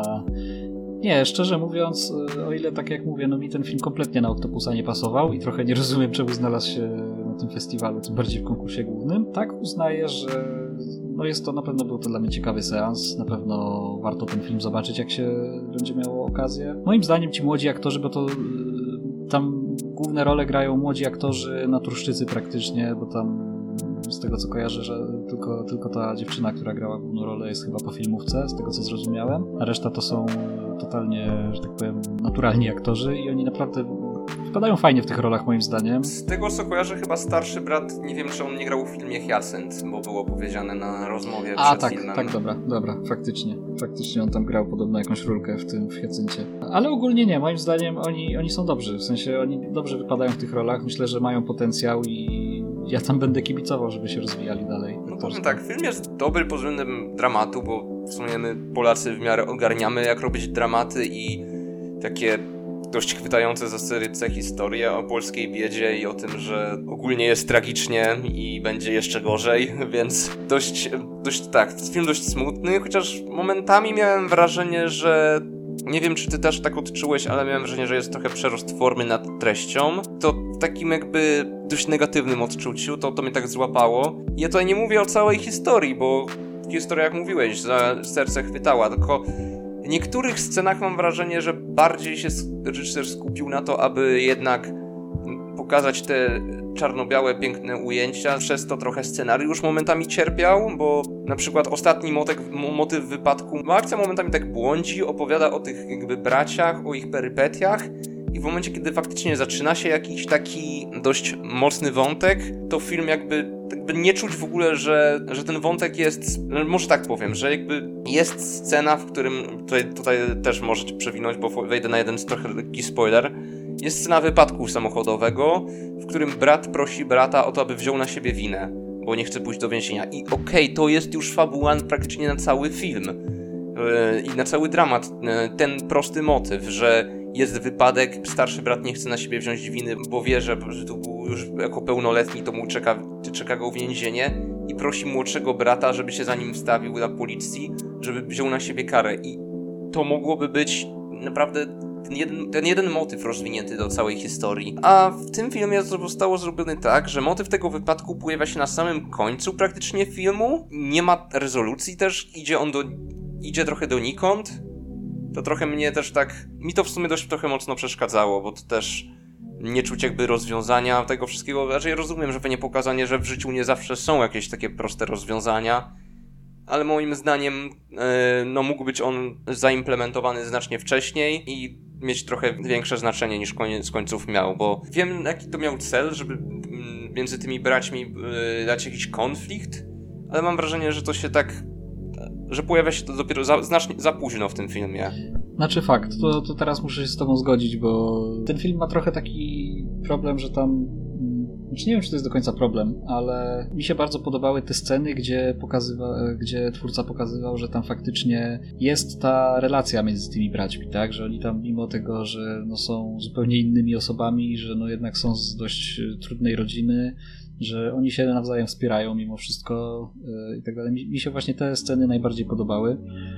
Nie, szczerze mówiąc, o ile tak jak mówię, no mi ten film kompletnie na Octopusa nie pasował i trochę nie rozumiem, czemu znalazł się na tym festiwalu, tym bardziej w konkursie głównym. Tak uznaję, że no na pewno był to dla mnie ciekawy seans, na pewno warto ten film zobaczyć, jak się będzie miało okazję. Moim zdaniem ci młodzi aktorzy, bo to tam główne role grają młodzi aktorzy, naturszczycy praktycznie, bo tam z tego co kojarzę, że tylko ta dziewczyna, która grała główną rolę, jest chyba po filmówce, z tego co zrozumiałem, a reszta to są totalnie, że tak powiem, naturalni aktorzy i oni naprawdę wypadają fajnie w tych rolach, moim zdaniem. Z tego co kojarzę, chyba starszy brat, nie wiem czy on nie grał w filmie Hyacynt, bo było powiedziane na rozmowie przed filmem. Tak, dobra, faktycznie on tam grał podobno jakąś rulkę w Hyacyncie. Ale ogólnie nie, moim zdaniem oni są dobrzy, w sensie oni dobrze wypadają w tych rolach, myślę, że mają potencjał i ja tam będę kibicował, żeby się rozwijali dalej. No powiem tak, film jest dobry pod względem dramatu, bo w sumie my Polacy w miarę ogarniamy, jak robić dramaty i takie dość chwytające za serce historie o polskiej biedzie i o tym, że ogólnie jest tragicznie i będzie jeszcze gorzej, więc dość tak, film dość smutny, chociaż momentami miałem wrażenie, że nie wiem, czy ty też tak odczułeś, ale miałem wrażenie, że jest trochę przerost formy nad treścią. To w takim jakby dość negatywnym odczuciu, to mnie tak złapało. Ja tutaj nie mówię o całej historii, bo historia, jak mówiłeś, za serce chwytała, tylko w niektórych scenach mam wrażenie, że bardziej się reżyser skupił na to, aby jednak pokazać te czarno-białe, piękne ujęcia. Przez to trochę scenariusz momentami cierpiał, bo na przykład ostatni motyw wypadku, akcja momentami tak błądzi, opowiada o tych jakby braciach, o ich perypetiach i w momencie, kiedy faktycznie zaczyna się jakiś taki dość mocny wątek, to film jakby nie czuć w ogóle, że ten wątek jest, może tak powiem, że jakby jest scena, w którym, tutaj też możecie przewinąć, bo wejdę na jeden trochę lekki spoiler, jest scena wypadku samochodowego, w którym brat prosi brata o to, aby wziął na siebie winę, bo nie chce pójść do więzienia. I okej, to jest już fabuła praktycznie na cały film i na cały dramat. Ten prosty motyw, że jest wypadek, starszy brat nie chce na siebie wziąć winy, bo wie, że tu był już jako pełnoletni, to mu czeka go więzienie i prosi młodszego brata, żeby się za nim wstawił na policji, żeby wziął na siebie karę. I to mogłoby być naprawdę ten jeden motyw rozwinięty do całej historii. A w tym filmie zostało zrobione tak, że motyw tego wypadku pojawia się na samym końcu praktycznie filmu. Nie ma rezolucji też, idzie trochę donikąd. To trochę mnie też tak... Mi to w sumie dość trochę mocno przeszkadzało, bo to też nie czuć jakby rozwiązania tego wszystkiego. Raczej rozumiem, że pewnie pokazanie, że w życiu nie zawsze są jakieś takie proste rozwiązania, ale moim zdaniem mógł być on zaimplementowany znacznie wcześniej i mieć trochę większe znaczenie niż koniec końców miał, bo wiem, jaki to miał cel, żeby między tymi braćmi dać jakiś konflikt, ale mam wrażenie, że to się tak... że pojawia się to dopiero znacznie za późno w tym filmie. Znaczy fakt, to teraz muszę się z tobą zgodzić, bo ten film ma trochę taki problem, że tam... Znaczy nie wiem, czy to jest do końca problem, ale mi się bardzo podobały te sceny, gdzie twórca pokazywał, że tam faktycznie jest ta relacja między tymi braćmi, tak? Że oni tam mimo tego, że są zupełnie innymi osobami, że jednak są z dość trudnej rodziny, że oni się nawzajem wspierają mimo wszystko i tak dalej. Mi się właśnie te sceny najbardziej podobały.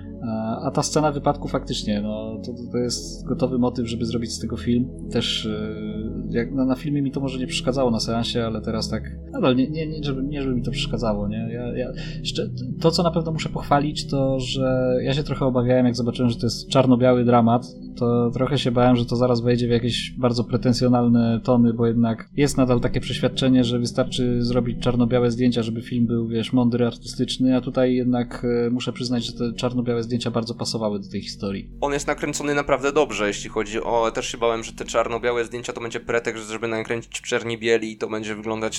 A ta scena wypadku faktycznie, to jest gotowy motyw, żeby zrobić z tego film. Też jak na filmie mi to może nie przeszkadzało na seansie, ale teraz tak nadal nie żeby mi to przeszkadzało, nie? To, co na pewno muszę pochwalić, to, że ja się trochę obawiałem, jak zobaczyłem, że to jest czarno-biały dramat, to trochę się bałem, że to zaraz wejdzie w jakieś bardzo pretensjonalne tony, bo jednak jest nadal takie przeświadczenie, że wystarczy zrobić czarno-białe zdjęcia, żeby film był, mądry, artystyczny, a tutaj jednak muszę przyznać, że te czarno-białe zdjęcia bardzo pasowały do tej historii. On jest nakręcony naprawdę dobrze, jeśli chodzi o... Też się bałem, że te czarno-białe zdjęcia to będzie pretekst, żeby nakręcić w czerni-bieli i to będzie wyglądać,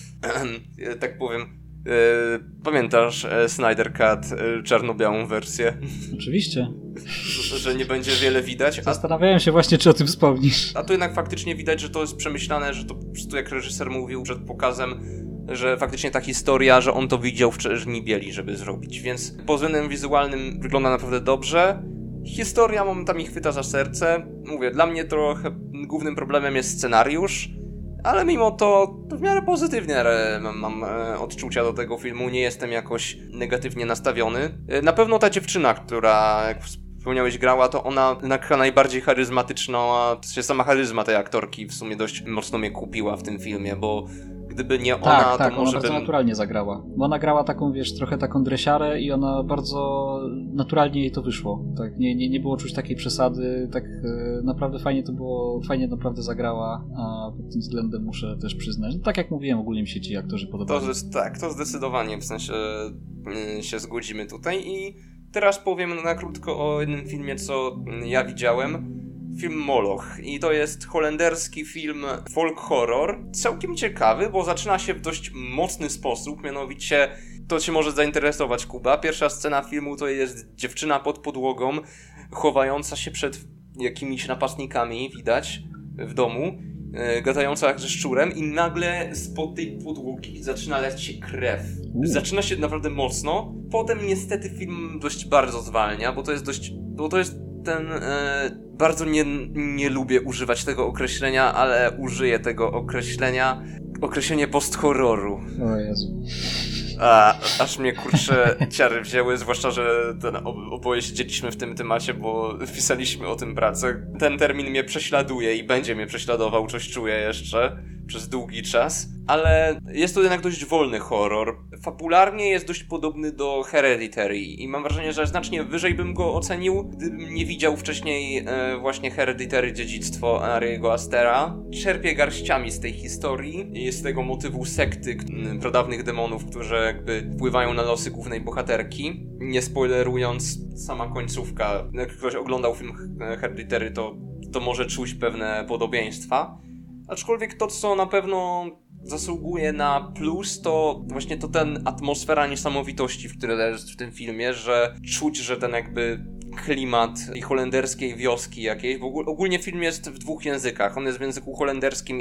tak powiem... Pamiętasz Snyder Cut, czarno-białą wersję? Oczywiście. Że nie będzie wiele widać. Zastanawiałem się właśnie, czy o tym wspomnisz. A tu jednak faktycznie widać, że to jest przemyślane, że to po prostu jak reżyser mówił przed pokazem, że faktycznie ta historia, że on to widział w czerni bieli, żeby zrobić, więc pod względem wizualnym wygląda naprawdę dobrze. Historia momentami chwyta za serce. Mówię, dla mnie trochę głównym problemem jest scenariusz, ale mimo to w miarę pozytywnie mam odczucia do tego filmu, nie jestem jakoś negatywnie nastawiony. Na pewno ta dziewczyna, która, jak wspomniałeś, grała, to ona najbardziej charyzmatyczna, sama charyzma tej aktorki w sumie dość mocno mnie kupiła w tym filmie, bo gdyby nie ona, tak, to może ona bardzo naturalnie zagrała. Bo ona grała taką, trochę taką dresiarę i ona bardzo naturalnie jej to wyszło. Tak, nie było czuć takiej przesady, tak naprawdę fajnie to było, fajnie naprawdę zagrała, a pod tym względem muszę też przyznać. Tak jak mówiłem, ogólnie mi się ci aktorzy podobają. To zdecydowanie, w sensie się zgodzimy tutaj i teraz powiem na krótko o jednym filmie, co ja widziałem. Film Moloch i to jest holenderski film folk horror, całkiem ciekawy, bo zaczyna się w dość mocny sposób, mianowicie to cię może zainteresować, Kuba. Pierwsza scena filmu to jest dziewczyna pod podłogą, chowająca się przed jakimiś napastnikami, widać, w domu gadająca ze szczurem i nagle spod tej podłogi zaczyna leć się krew. Zaczyna się naprawdę mocno. Potem niestety film dość bardzo zwalnia, bo to jest ten... bardzo nie lubię używać tego określenia, ale użyję tego określenia. Określenie post-horroru. O Jezu. Aż mnie kurczę ciary wzięły, zwłaszcza, że oboje siedzieliśmy w tym temacie, bo pisaliśmy o tym pracę. Ten termin mnie prześladuje i będzie mnie prześladował, coś czuję jeszcze przez długi czas, ale jest to jednak dość wolny horror. Fabularnie jest dość podobny do Hereditary i mam wrażenie, że znacznie wyżej bym go ocenił, gdybym nie widział wcześniej właśnie Hereditary Dziedzictwo Ariego Astera. Czerpie garściami z tej historii i z tego motywu sekty pradawnych demonów, które jakby wpływają na losy głównej bohaterki. Nie spoilerując, sama końcówka, jak ktoś oglądał film Hereditary, to może czuć pewne podobieństwa. Aczkolwiek to, co na pewno zasługuje na plus, to właśnie to ten atmosfera niesamowitości, która jest w tym filmie, że czuć, że ten jakby klimat i holenderskiej wioski jakiejś, bo ogólnie film jest w 2 językach. On jest w języku holenderskim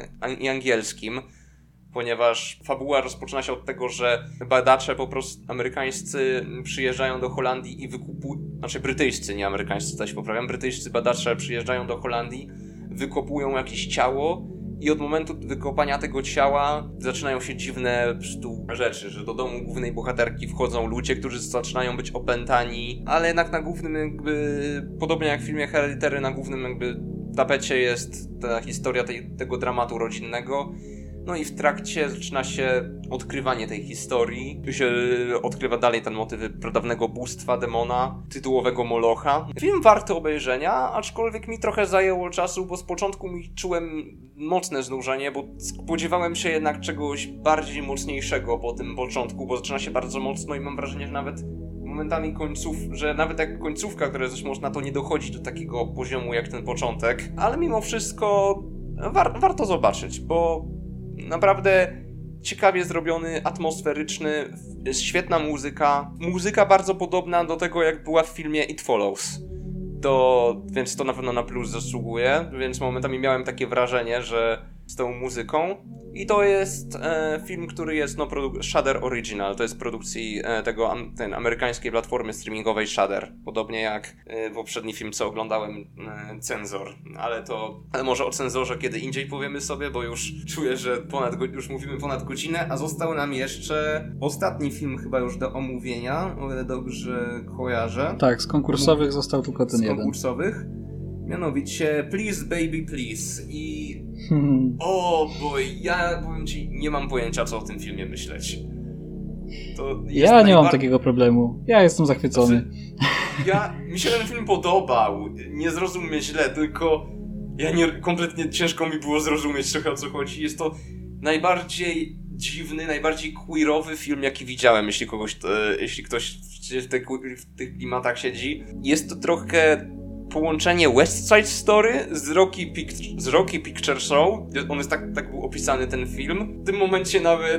i angielskim, ponieważ fabuła rozpoczyna się od tego, że badacze po prostu amerykańscy przyjeżdżają do Holandii i brytyjscy, nie amerykańscy, tutaj się poprawiam, brytyjscy badacze przyjeżdżają do Holandii, wykopują jakieś ciało i od momentu wykopania tego ciała zaczynają się dziwne po prostu rzeczy, że do domu głównej bohaterki wchodzą ludzie, którzy zaczynają być opętani, ale jednak na głównym jakby, podobnie jak w filmie Hereditary, na głównym jakby tapecie jest ta historia tego dramatu rodzinnego. No i w trakcie zaczyna się odkrywanie tej historii. Tu się odkrywa dalej ten motyw pradawnego bóstwa, demona, tytułowego Molocha. Film warty obejrzenia, aczkolwiek mi trochę zajęło czasu, bo z początku czułem mocne znużenie, bo spodziewałem się jednak czegoś bardziej mocniejszego po tym początku, bo zaczyna się bardzo mocno i mam wrażenie, że nawet momentami nawet jak końcówka, która jest dość mocna, to nie dochodzi do takiego poziomu jak ten początek. Ale mimo wszystko warto zobaczyć, bo naprawdę ciekawie zrobiony, atmosferyczny, jest świetna muzyka. Muzyka bardzo podobna do tego, jak była w filmie It Follows. Więc to na pewno na plus zasługuje, więc momentami miałem takie wrażenie, że z tą muzyką. I to jest film, który jest Shudder Original, to jest produkcji tej amerykańskiej platformy streamingowej Shudder. Podobnie jak poprzedni film, co oglądałem, Cenzor. Ale może o Cenzorze kiedy indziej powiemy sobie, bo już czuję, że już mówimy ponad godzinę, a został nam jeszcze ostatni film chyba już do omówienia, o ile dobrze kojarzę. Tak, z konkursowych został tylko ten jeden. Z konkursowych. Mianowicie Please Baby Please i... bo ja powiem ci, nie mam pojęcia, co o tym filmie myśleć. Ja nie mam takiego problemu. Ja jestem zachwycony. Mi się ten film podobał. Nie zrozum mnie źle, tylko kompletnie ciężko mi było zrozumieć trochę, o co chodzi. Jest to najbardziej dziwny, najbardziej queerowy film, jaki widziałem, jeśli ktoś w tych klimatach siedzi. Jest to trochę połączenie West Side Story z Rocky Picture Show. On jest tak był opisany, ten film. W tym momencie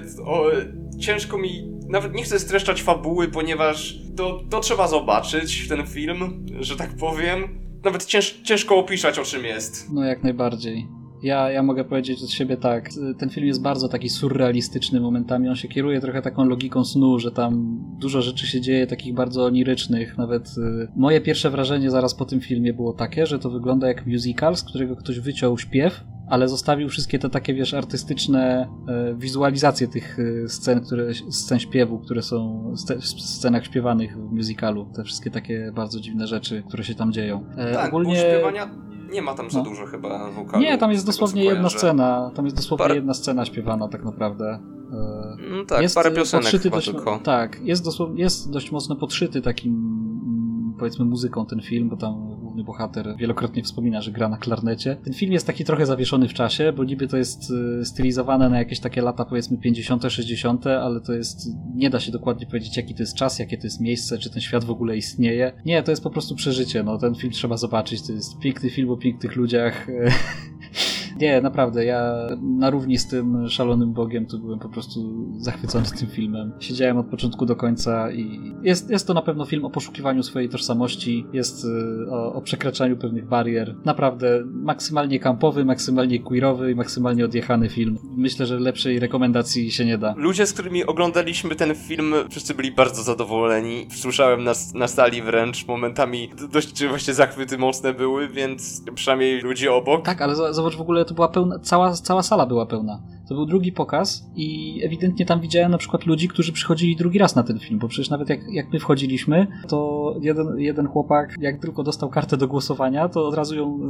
ciężko mi, nawet nie chcę streszczać fabuły, ponieważ to trzeba zobaczyć, ten film, że tak powiem. Nawet ciężko opisać, o czym jest. No jak najbardziej. Ja mogę powiedzieć od siebie tak, ten film jest bardzo taki surrealistyczny momentami, on się kieruje trochę taką logiką snu, że tam dużo rzeczy się dzieje takich bardzo onirycznych, nawet moje pierwsze wrażenie zaraz po tym filmie było takie, że to wygląda jak musical, z którego ktoś wyciął śpiew, ale zostawił wszystkie te takie, artystyczne wizualizacje tych scen śpiewu, które są w scenach śpiewanych w musicalu, te wszystkie takie bardzo dziwne rzeczy, które się tam dzieją. Tak, ogólnie... bo śpiewania nie ma tam za dużo chyba wokalu. Nie, tam jest dosłownie jedna scena. Tam jest dosłownie jedna scena śpiewana tak naprawdę. Tak, jest parę piosenek chyba tylko. Tak, jest dość mocno podszyty takim, powiedzmy, muzyką ten film, bo tam główny bohater wielokrotnie wspomina, że gra na klarnecie. Ten film jest taki trochę zawieszony w czasie, bo niby to jest stylizowane na jakieś takie lata, powiedzmy 50., 60., ale to jest, nie da się dokładnie powiedzieć, jaki to jest czas, jakie to jest miejsce, czy ten świat w ogóle istnieje. Nie, to jest po prostu przeżycie, ten film trzeba zobaczyć, to jest piękny film o pięknych ludziach. Nie, naprawdę, ja na równi z tym Szalonym Bogiem to byłem po prostu zachwycony tym filmem. Siedziałem od początku do końca i jest to na pewno film o poszukiwaniu swojej tożsamości, jest o przekraczaniu pewnych barier. Naprawdę maksymalnie kampowy, maksymalnie queerowy i maksymalnie odjechany film. Myślę, że lepszej rekomendacji się nie da. Ludzie, z którymi oglądaliśmy ten film, wszyscy byli bardzo zadowoleni. Słyszałem na sali wręcz momentami dość właśnie zachwyty mocne były, więc przynajmniej ludzie obok. Tak, ale zobacz, w ogóle to była pełna, cała sala była pełna. To był drugi pokaz i ewidentnie tam widziałem na przykład ludzi, którzy przychodzili drugi raz na ten film, bo przecież nawet jak my wchodziliśmy, to jeden chłopak, jak tylko dostał kartę do głosowania, to od razu ją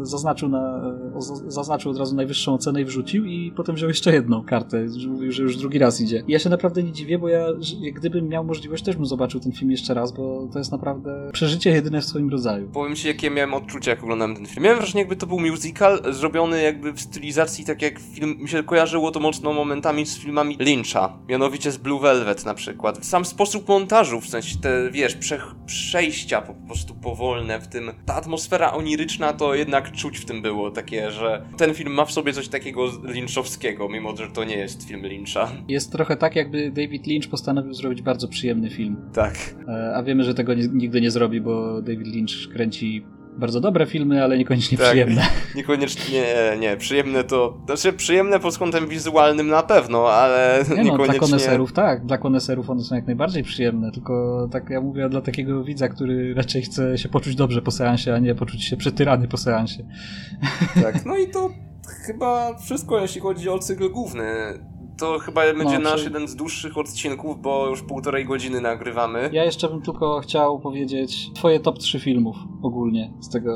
zaznaczył od razu najwyższą ocenę i wrzucił i potem wziął jeszcze jedną kartę, że mówił, że już drugi raz idzie. I ja się naprawdę nie dziwię, bo ja gdybym miał możliwość, też bym zobaczył ten film jeszcze raz, bo to jest naprawdę przeżycie jedyne w swoim rodzaju. Powiem ci, jakie miałem odczucia, jak oglądałem ten film. Miałem wrażenie, jakby to był musical zrobiony jakby w stylizacji, tak jak film mi się kojarzyło to mocno momentami z filmami Lyncha, mianowicie z Blue Velvet na przykład. Sam sposób montażu, w sensie te, wiesz, przejścia po prostu powolne w tym, ta atmosfera oniryczna to jednak czuć w tym było, takie, że ten film ma w sobie coś takiego lynchowskiego, mimo że to nie jest film Lyncha. Jest trochę tak, jakby David Lynch postanowił zrobić bardzo przyjemny film. Tak. A wiemy, że tego nigdy nie zrobi, bo David Lynch kręci bardzo dobre filmy, ale niekoniecznie przyjemne. Niekoniecznie, nie, przyjemne to... Znaczy przyjemne pod kątem wizualnym na pewno, ale niekoniecznie... Dla koneserów tak, dla koneserów one są jak najbardziej przyjemne, tylko tak ja mówię dla takiego widza, który raczej chce się poczuć dobrze po seansie, a nie poczuć się przetyrany po seansie. Tak, no i to chyba wszystko, jeśli chodzi o cykl główny. To chyba będzie nasz jeden z dłuższych odcinków, bo już 1,5 godziny nagrywamy. Ja jeszcze bym tylko chciał powiedzieć twoje top 3 filmów ogólnie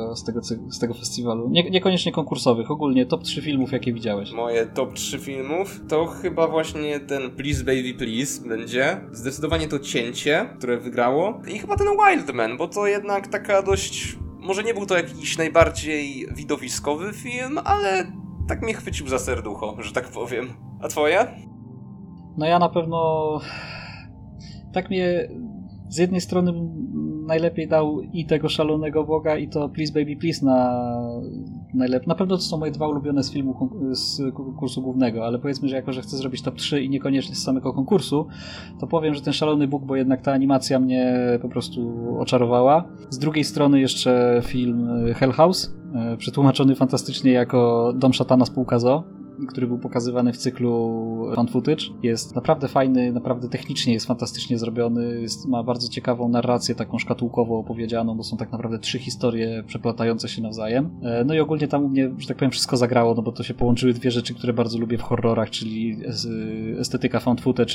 z tego festiwalu. Niekoniecznie konkursowych, ogólnie top 3 filmów, jakie widziałeś. Moje top 3 filmów to chyba właśnie ten Please Baby Please będzie. Zdecydowanie to Cięcie, które wygrało. I chyba ten Wildman, bo to jednak taka dość... Może nie był to jakiś najbardziej widowiskowy film, ale tak mnie chwycił za serducho, że tak powiem. A twoje? No ja na pewno... Tak mnie z jednej strony najlepiej dał i tego Szalonego Boga, i to Please Baby Please najlepiej. Na pewno to są moje dwa ulubione z filmu z konkursu głównego, ale powiedzmy, że jako, że chcę zrobić top 3 i niekoniecznie z samego konkursu, to powiem, że ten Szalony Bóg, bo jednak ta animacja mnie po prostu oczarowała. Z drugiej strony jeszcze film Hell House, przetłumaczony fantastycznie jako Dom Szatana Spółka Zoo, który był pokazywany w cyklu Found Footage. Jest naprawdę fajny, naprawdę technicznie jest fantastycznie zrobiony, ma bardzo ciekawą narrację, taką szkatułkowo opowiedzianą, bo są tak naprawdę 3 historie przeplatające się nawzajem. No i ogólnie tam u mnie, że tak powiem, wszystko zagrało, no bo to się połączyły dwie rzeczy, które bardzo lubię w horrorach, czyli estetyka Found Footage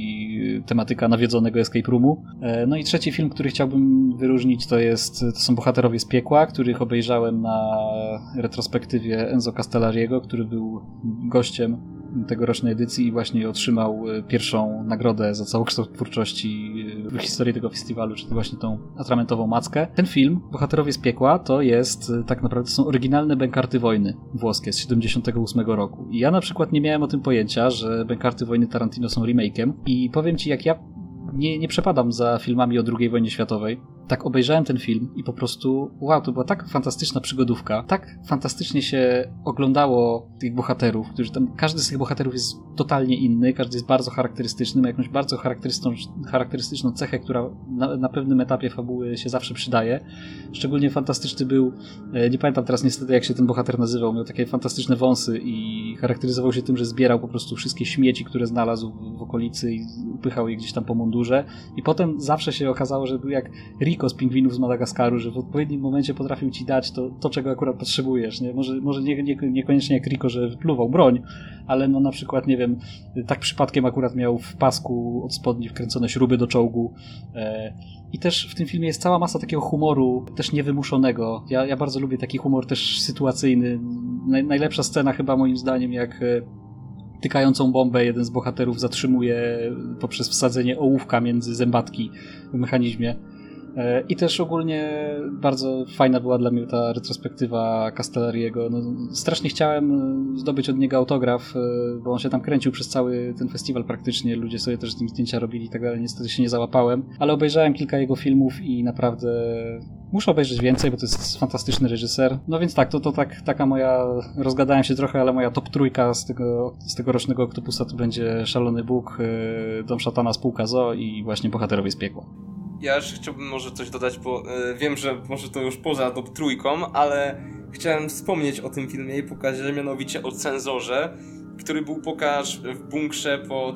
i tematyka nawiedzonego escape roomu. No i trzeci film, który chciałbym wyróżnić, to są Bohaterowie z piekła, których obejrzałem na retrospektywie Enzo Castellariego, który był gościem tegorocznej edycji i właśnie otrzymał pierwszą nagrodę za całokształt twórczości w historii tego festiwalu, czyli właśnie tą atramentową mackę. Ten film, Bohaterowie z piekła, to jest tak naprawdę są oryginalne Bękarty wojny włoskie z 78 roku. I ja na przykład nie miałem o tym pojęcia, że Bękarty wojny Tarantino są remake'iem i powiem ci, jak ja nie przepadam za filmami o II wojnie światowej. Tak obejrzałem ten film i po prostu wow, to była tak fantastyczna przygodówka, tak fantastycznie się oglądało tych bohaterów, którzy tam, każdy z tych bohaterów jest totalnie inny, każdy jest bardzo charakterystyczny, ma jakąś bardzo charakterystyczną cechę, która na pewnym etapie fabuły się zawsze przydaje. Szczególnie fantastyczny był, nie pamiętam teraz niestety jak się ten bohater nazywał, miał takie fantastyczne wąsy i charakteryzował się tym, że zbierał po prostu wszystkie śmieci, które znalazł w okolicy i upychał je gdzieś tam po mundurze i potem zawsze się okazało, że był jak Rico z Pingwinów z Madagaskaru, że w odpowiednim momencie potrafił ci dać to czego akurat potrzebujesz. Nie? Może niekoniecznie jak Rico, że wypluwał broń, ale no na przykład, nie wiem, tak przypadkiem akurat miał w pasku od spodni wkręcone śruby do czołgu. I też w tym filmie jest cała masa takiego humoru, też niewymuszonego. Ja bardzo lubię taki humor też sytuacyjny. Najlepsza scena chyba moim zdaniem, jak tykającą bombę jeden z bohaterów zatrzymuje poprzez wsadzenie ołówka między zębatki w mechanizmie. I też ogólnie bardzo fajna była dla mnie ta retrospektywa Castellariego. No, strasznie chciałem zdobyć od niego autograf, bo on się tam kręcił przez cały ten festiwal praktycznie. Ludzie sobie też z nim zdjęcia robili i tak dalej. Niestety się nie załapałem. Ale obejrzałem kilka jego filmów i naprawdę muszę obejrzeć więcej, bo to jest fantastyczny reżyser. No więc tak, to taka moja... Rozgadałem się trochę, ale moja top trójka z tegorocznego Octopusa to będzie Szalony Bóg, Dom Szatana, Spółka Zoo i właśnie Bohaterowie z Piekła. Ja jeszcze chciałbym może coś dodać, bo wiem, że może to już poza top trójką, ale chciałem wspomnieć o tym filmie i pokazie, mianowicie o Cenzorze, który był pokaz w bunkrze pod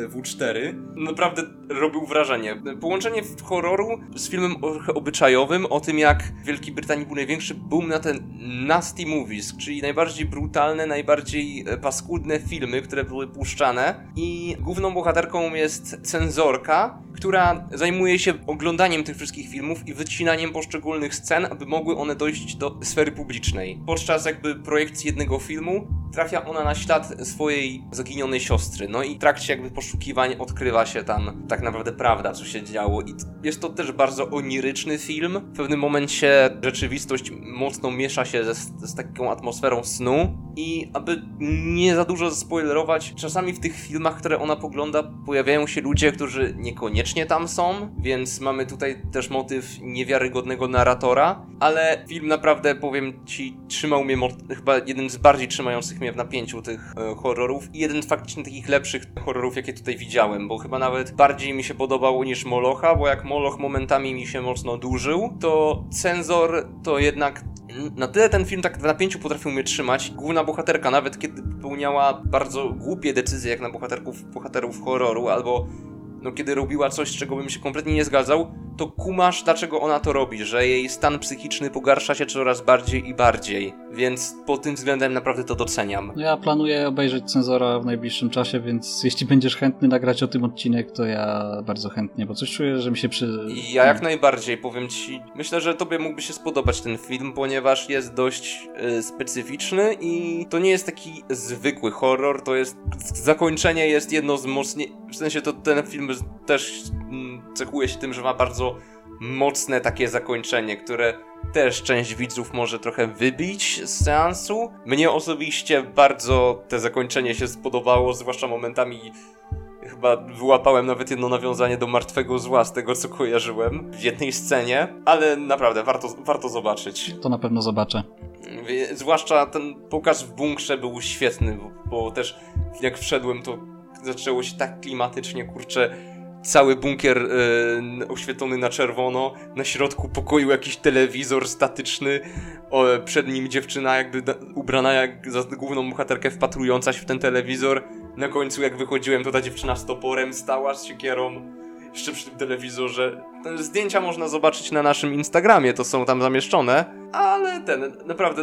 W4. Naprawdę robił wrażenie. Połączenie horroru z filmem obyczajowym o tym, jak w Wielkiej Brytanii był największy boom na te nasty movies, czyli najbardziej brutalne, najbardziej paskudne filmy, które były puszczane. I główną bohaterką jest cenzorka, która zajmuje się oglądaniem tych wszystkich filmów i wycinaniem poszczególnych scen, aby mogły one dojść do sfery publicznej. Podczas jakby projekcji jednego filmu trafia ona na ślad swojej zaginionej siostry. No i w trakcie jakby poszukiwań odkrywa się tam tak naprawdę prawda, co się działo. I jest to też bardzo oniryczny film. W pewnym momencie rzeczywistość mocno miesza się z taką atmosferą snu. I aby nie za dużo spoilerować, czasami w tych filmach, które ona pogląda, pojawiają się ludzie, którzy niekoniecznie tam są, więc mamy tutaj też motyw niewiarygodnego narratora, ale film naprawdę, powiem ci, trzymał mnie, chyba jeden z bardziej trzymających mnie w napięciu tych horrorów i jeden z faktycznie takich lepszych horrorów, jakie tutaj widziałem, bo chyba nawet bardziej mi się podobało niż Molocha, bo jak Moloch momentami mi się mocno duszył, to Cenzor to jednak na tyle ten film tak w napięciu potrafił mnie trzymać. Główna bohaterka, nawet kiedy popełniała bardzo głupie decyzje jak na bohaterów horroru, albo no kiedy robiła coś, z czego bym się kompletnie nie zgadzał, to kumasz, dlaczego ona to robi, że jej stan psychiczny pogarsza się coraz bardziej i bardziej, więc pod tym względem naprawdę to doceniam. Ja planuję obejrzeć Cenzora w najbliższym czasie, więc jeśli będziesz chętny nagrać o tym odcinek, to ja bardzo chętnie, bo coś czuję, że mi się Ja jak najbardziej, powiem ci, myślę, że tobie mógłby się spodobać ten film, ponieważ jest dość specyficzny i to nie jest taki zwykły horror, to jest, zakończenie jest jedno z mocniej, w sensie to ten film też cechuje się tym, że ma bardzo mocne takie zakończenie, które też część widzów może trochę wybić z seansu. Mnie osobiście bardzo te zakończenie się spodobało, zwłaszcza momentami chyba wyłapałem nawet jedno nawiązanie do Martwego Zła z tego, co kojarzyłem w jednej scenie, ale naprawdę warto zobaczyć. To na pewno zobaczę. Zwłaszcza ten pokaz w bunkrze był świetny, bo też jak wszedłem, to zaczęło się tak klimatycznie, kurczę, cały bunkier oświetlony na czerwono, na środku pokoju jakiś telewizor statyczny, przed nim dziewczyna jakby ubrana jak za główną bohaterkę wpatrująca się w ten telewizor. Na końcu jak wychodziłem, to ta dziewczyna z toporem stała, z siekierą, jeszcze przy tym telewizorze. Zdjęcia można zobaczyć na naszym Instagramie, to są tam zamieszczone, ale naprawdę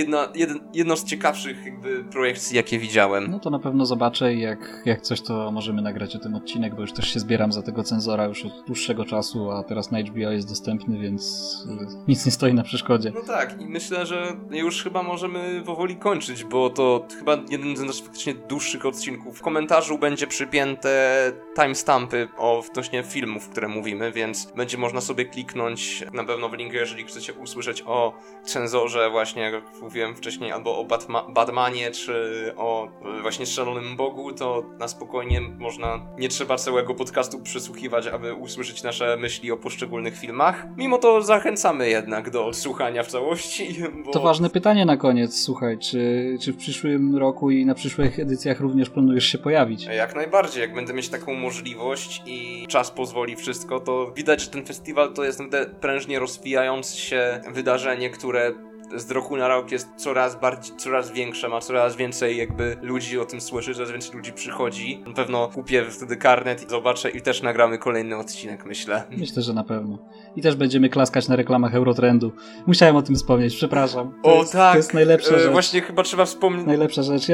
jedno z ciekawszych jakby projekcji, jakie widziałem. No to na pewno zobaczę i jak coś, to możemy nagrać o tym odcinek, bo już też się zbieram za tego Cenzora już od dłuższego czasu, a teraz na HBO jest dostępny, więc nic nie stoi na przeszkodzie. No tak, i myślę, że już chyba możemy powoli kończyć, bo to chyba jeden z naszych faktycznie dłuższych odcinków. W komentarzu będzie przypięte timestampy odnośnie filmów, które mówimy, więc będzie można sobie kliknąć na pewno w link, jeżeli chcecie usłyszeć o Cenzorze właśnie, jak mówiłem wcześniej, albo o Batmanie, czy o właśnie Szalonym Bogu, to na spokojnie można, nie trzeba całego podcastu przesłuchiwać, aby usłyszeć nasze myśli o poszczególnych filmach. Mimo to zachęcamy jednak do odsłuchania w całości, bo... To ważne pytanie na koniec, słuchaj, czy w przyszłym roku i na przyszłych edycjach również planujesz się pojawić? Jak najbardziej, jak będę mieć taką możliwość i czas pozwoli wszystko, to widać, że ten festiwal to jest prężnie rozwijające się wydarzenie, które z roku na rok jest coraz większe, ma coraz więcej jakby ludzi o tym słyszy, coraz więcej ludzi przychodzi. Na pewno kupię wtedy karnet i zobaczę i też nagramy kolejny odcinek, myślę. Myślę, że na pewno. I też będziemy klaskać na reklamach Eurotrendu. Musiałem o tym wspomnieć, przepraszam. Tak. To jest najlepsza rzecz. Właśnie chyba trzeba wspomnieć. Najlepsza rzecz.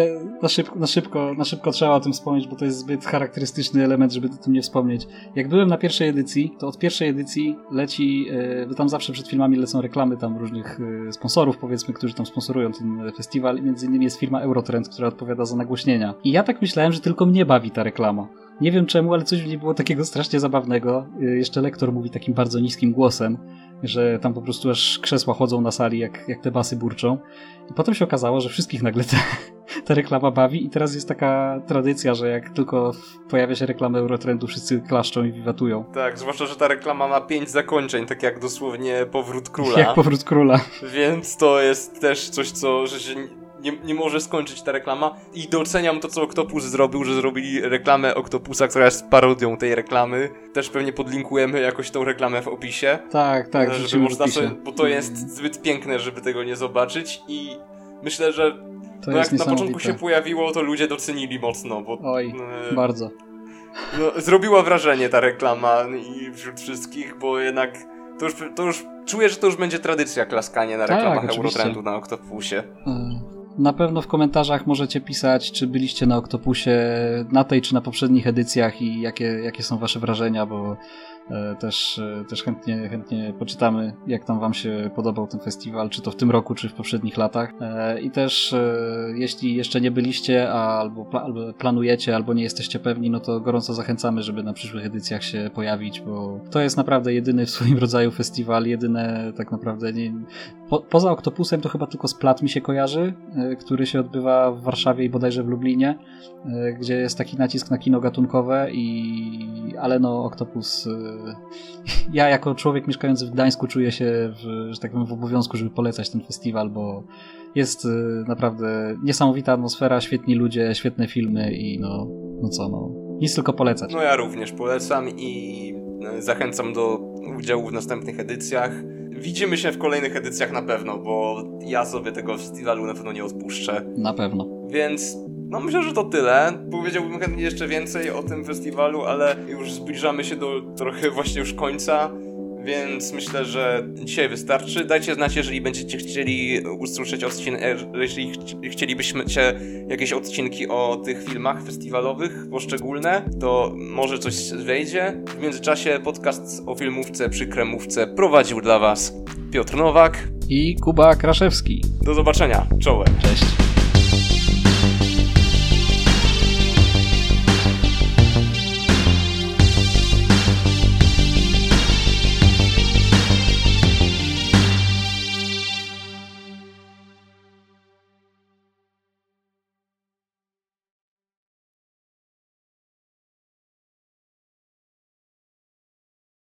Na szybko trzeba o tym wspomnieć, bo to jest zbyt charakterystyczny element, żeby o tym nie wspomnieć. Jak byłem na pierwszej edycji, to od pierwszej edycji leci, bo tam zawsze przed filmami lecą reklamy tam różnych sponsorów sponsorów, powiedzmy, którzy tam sponsorują ten festiwal. Między innymi jest firma Eurotrend, która odpowiada za nagłośnienia. I ja tak myślałem, że tylko mnie bawi ta reklama. Nie wiem czemu, ale coś w niej było takiego strasznie zabawnego. Jeszcze lektor mówi takim bardzo niskim głosem, że tam po prostu aż krzesła chodzą na sali, jak te basy burczą. I potem się okazało, że wszystkich nagle ta reklama bawi i teraz jest taka tradycja, że jak tylko pojawia się reklama Eurotrendu, wszyscy klaszczą i wiwatują. Tak, zwłaszcza, że ta reklama ma 5 zakończeń, tak jak dosłownie Powrót Króla. Jak Powrót Króla. Więc to jest też coś, że się nie może skończyć ta reklama. I doceniam to, co Octopus zrobił, że zrobili reklamę Octopusa, która jest parodią tej reklamy. Też pewnie podlinkujemy jakoś tą reklamę w opisie. Tak, żeby można sobie, bo to jest zbyt piękne, żeby tego nie zobaczyć i myślę, że to jak na początku się pojawiło, to ludzie docenili mocno, bo bardzo. No, zrobiła wrażenie ta reklama i wśród wszystkich, bo jednak to już czuję, że to już będzie tradycja, klaskanie na reklamach Eurotrendu na Octopusie. Na pewno w komentarzach możecie pisać, czy byliście na Octopusie na tej czy na poprzednich edycjach i jakie są wasze wrażenia, bo też chętnie poczytamy, jak tam wam się podobał ten festiwal, czy to w tym roku, czy w poprzednich latach. I też jeśli jeszcze nie byliście, albo planujecie, albo nie jesteście pewni, no to gorąco zachęcamy, żeby na przyszłych edycjach się pojawić, bo to jest naprawdę jedyny w swoim rodzaju festiwal, jedyne tak naprawdę poza Octopusem to chyba tylko Splat mi się kojarzy, który się odbywa w Warszawie i bodajże w Lublinie, gdzie jest taki nacisk na kino gatunkowe, ale no Octopus, ja jako człowiek mieszkający w Gdańsku czuję się że tak powiem w obowiązku, żeby polecać ten festiwal, bo jest naprawdę niesamowita atmosfera, świetni ludzie, świetne filmy i nic tylko polecać. No ja również polecam i zachęcam do udziału w następnych edycjach. Widzimy się w kolejnych edycjach na pewno, bo ja sobie tego festiwalu na pewno nie odpuszczę. Na pewno. Więc myślę, że to tyle. Powiedziałbym chętnie jeszcze więcej o tym festiwalu, ale już zbliżamy się do trochę właśnie już końca, więc myślę, że dzisiaj wystarczy. Dajcie znać, jeżeli będziecie chcieli usłyszeć jeżeli chcielibyśmy jakieś odcinki o tych filmach festiwalowych poszczególne, to może coś wejdzie. W międzyczasie podcast o filmówce przy Kremówce prowadził dla was Piotr Nowak i Kuba Kraszewski. Do zobaczenia. Czołem. Cześć.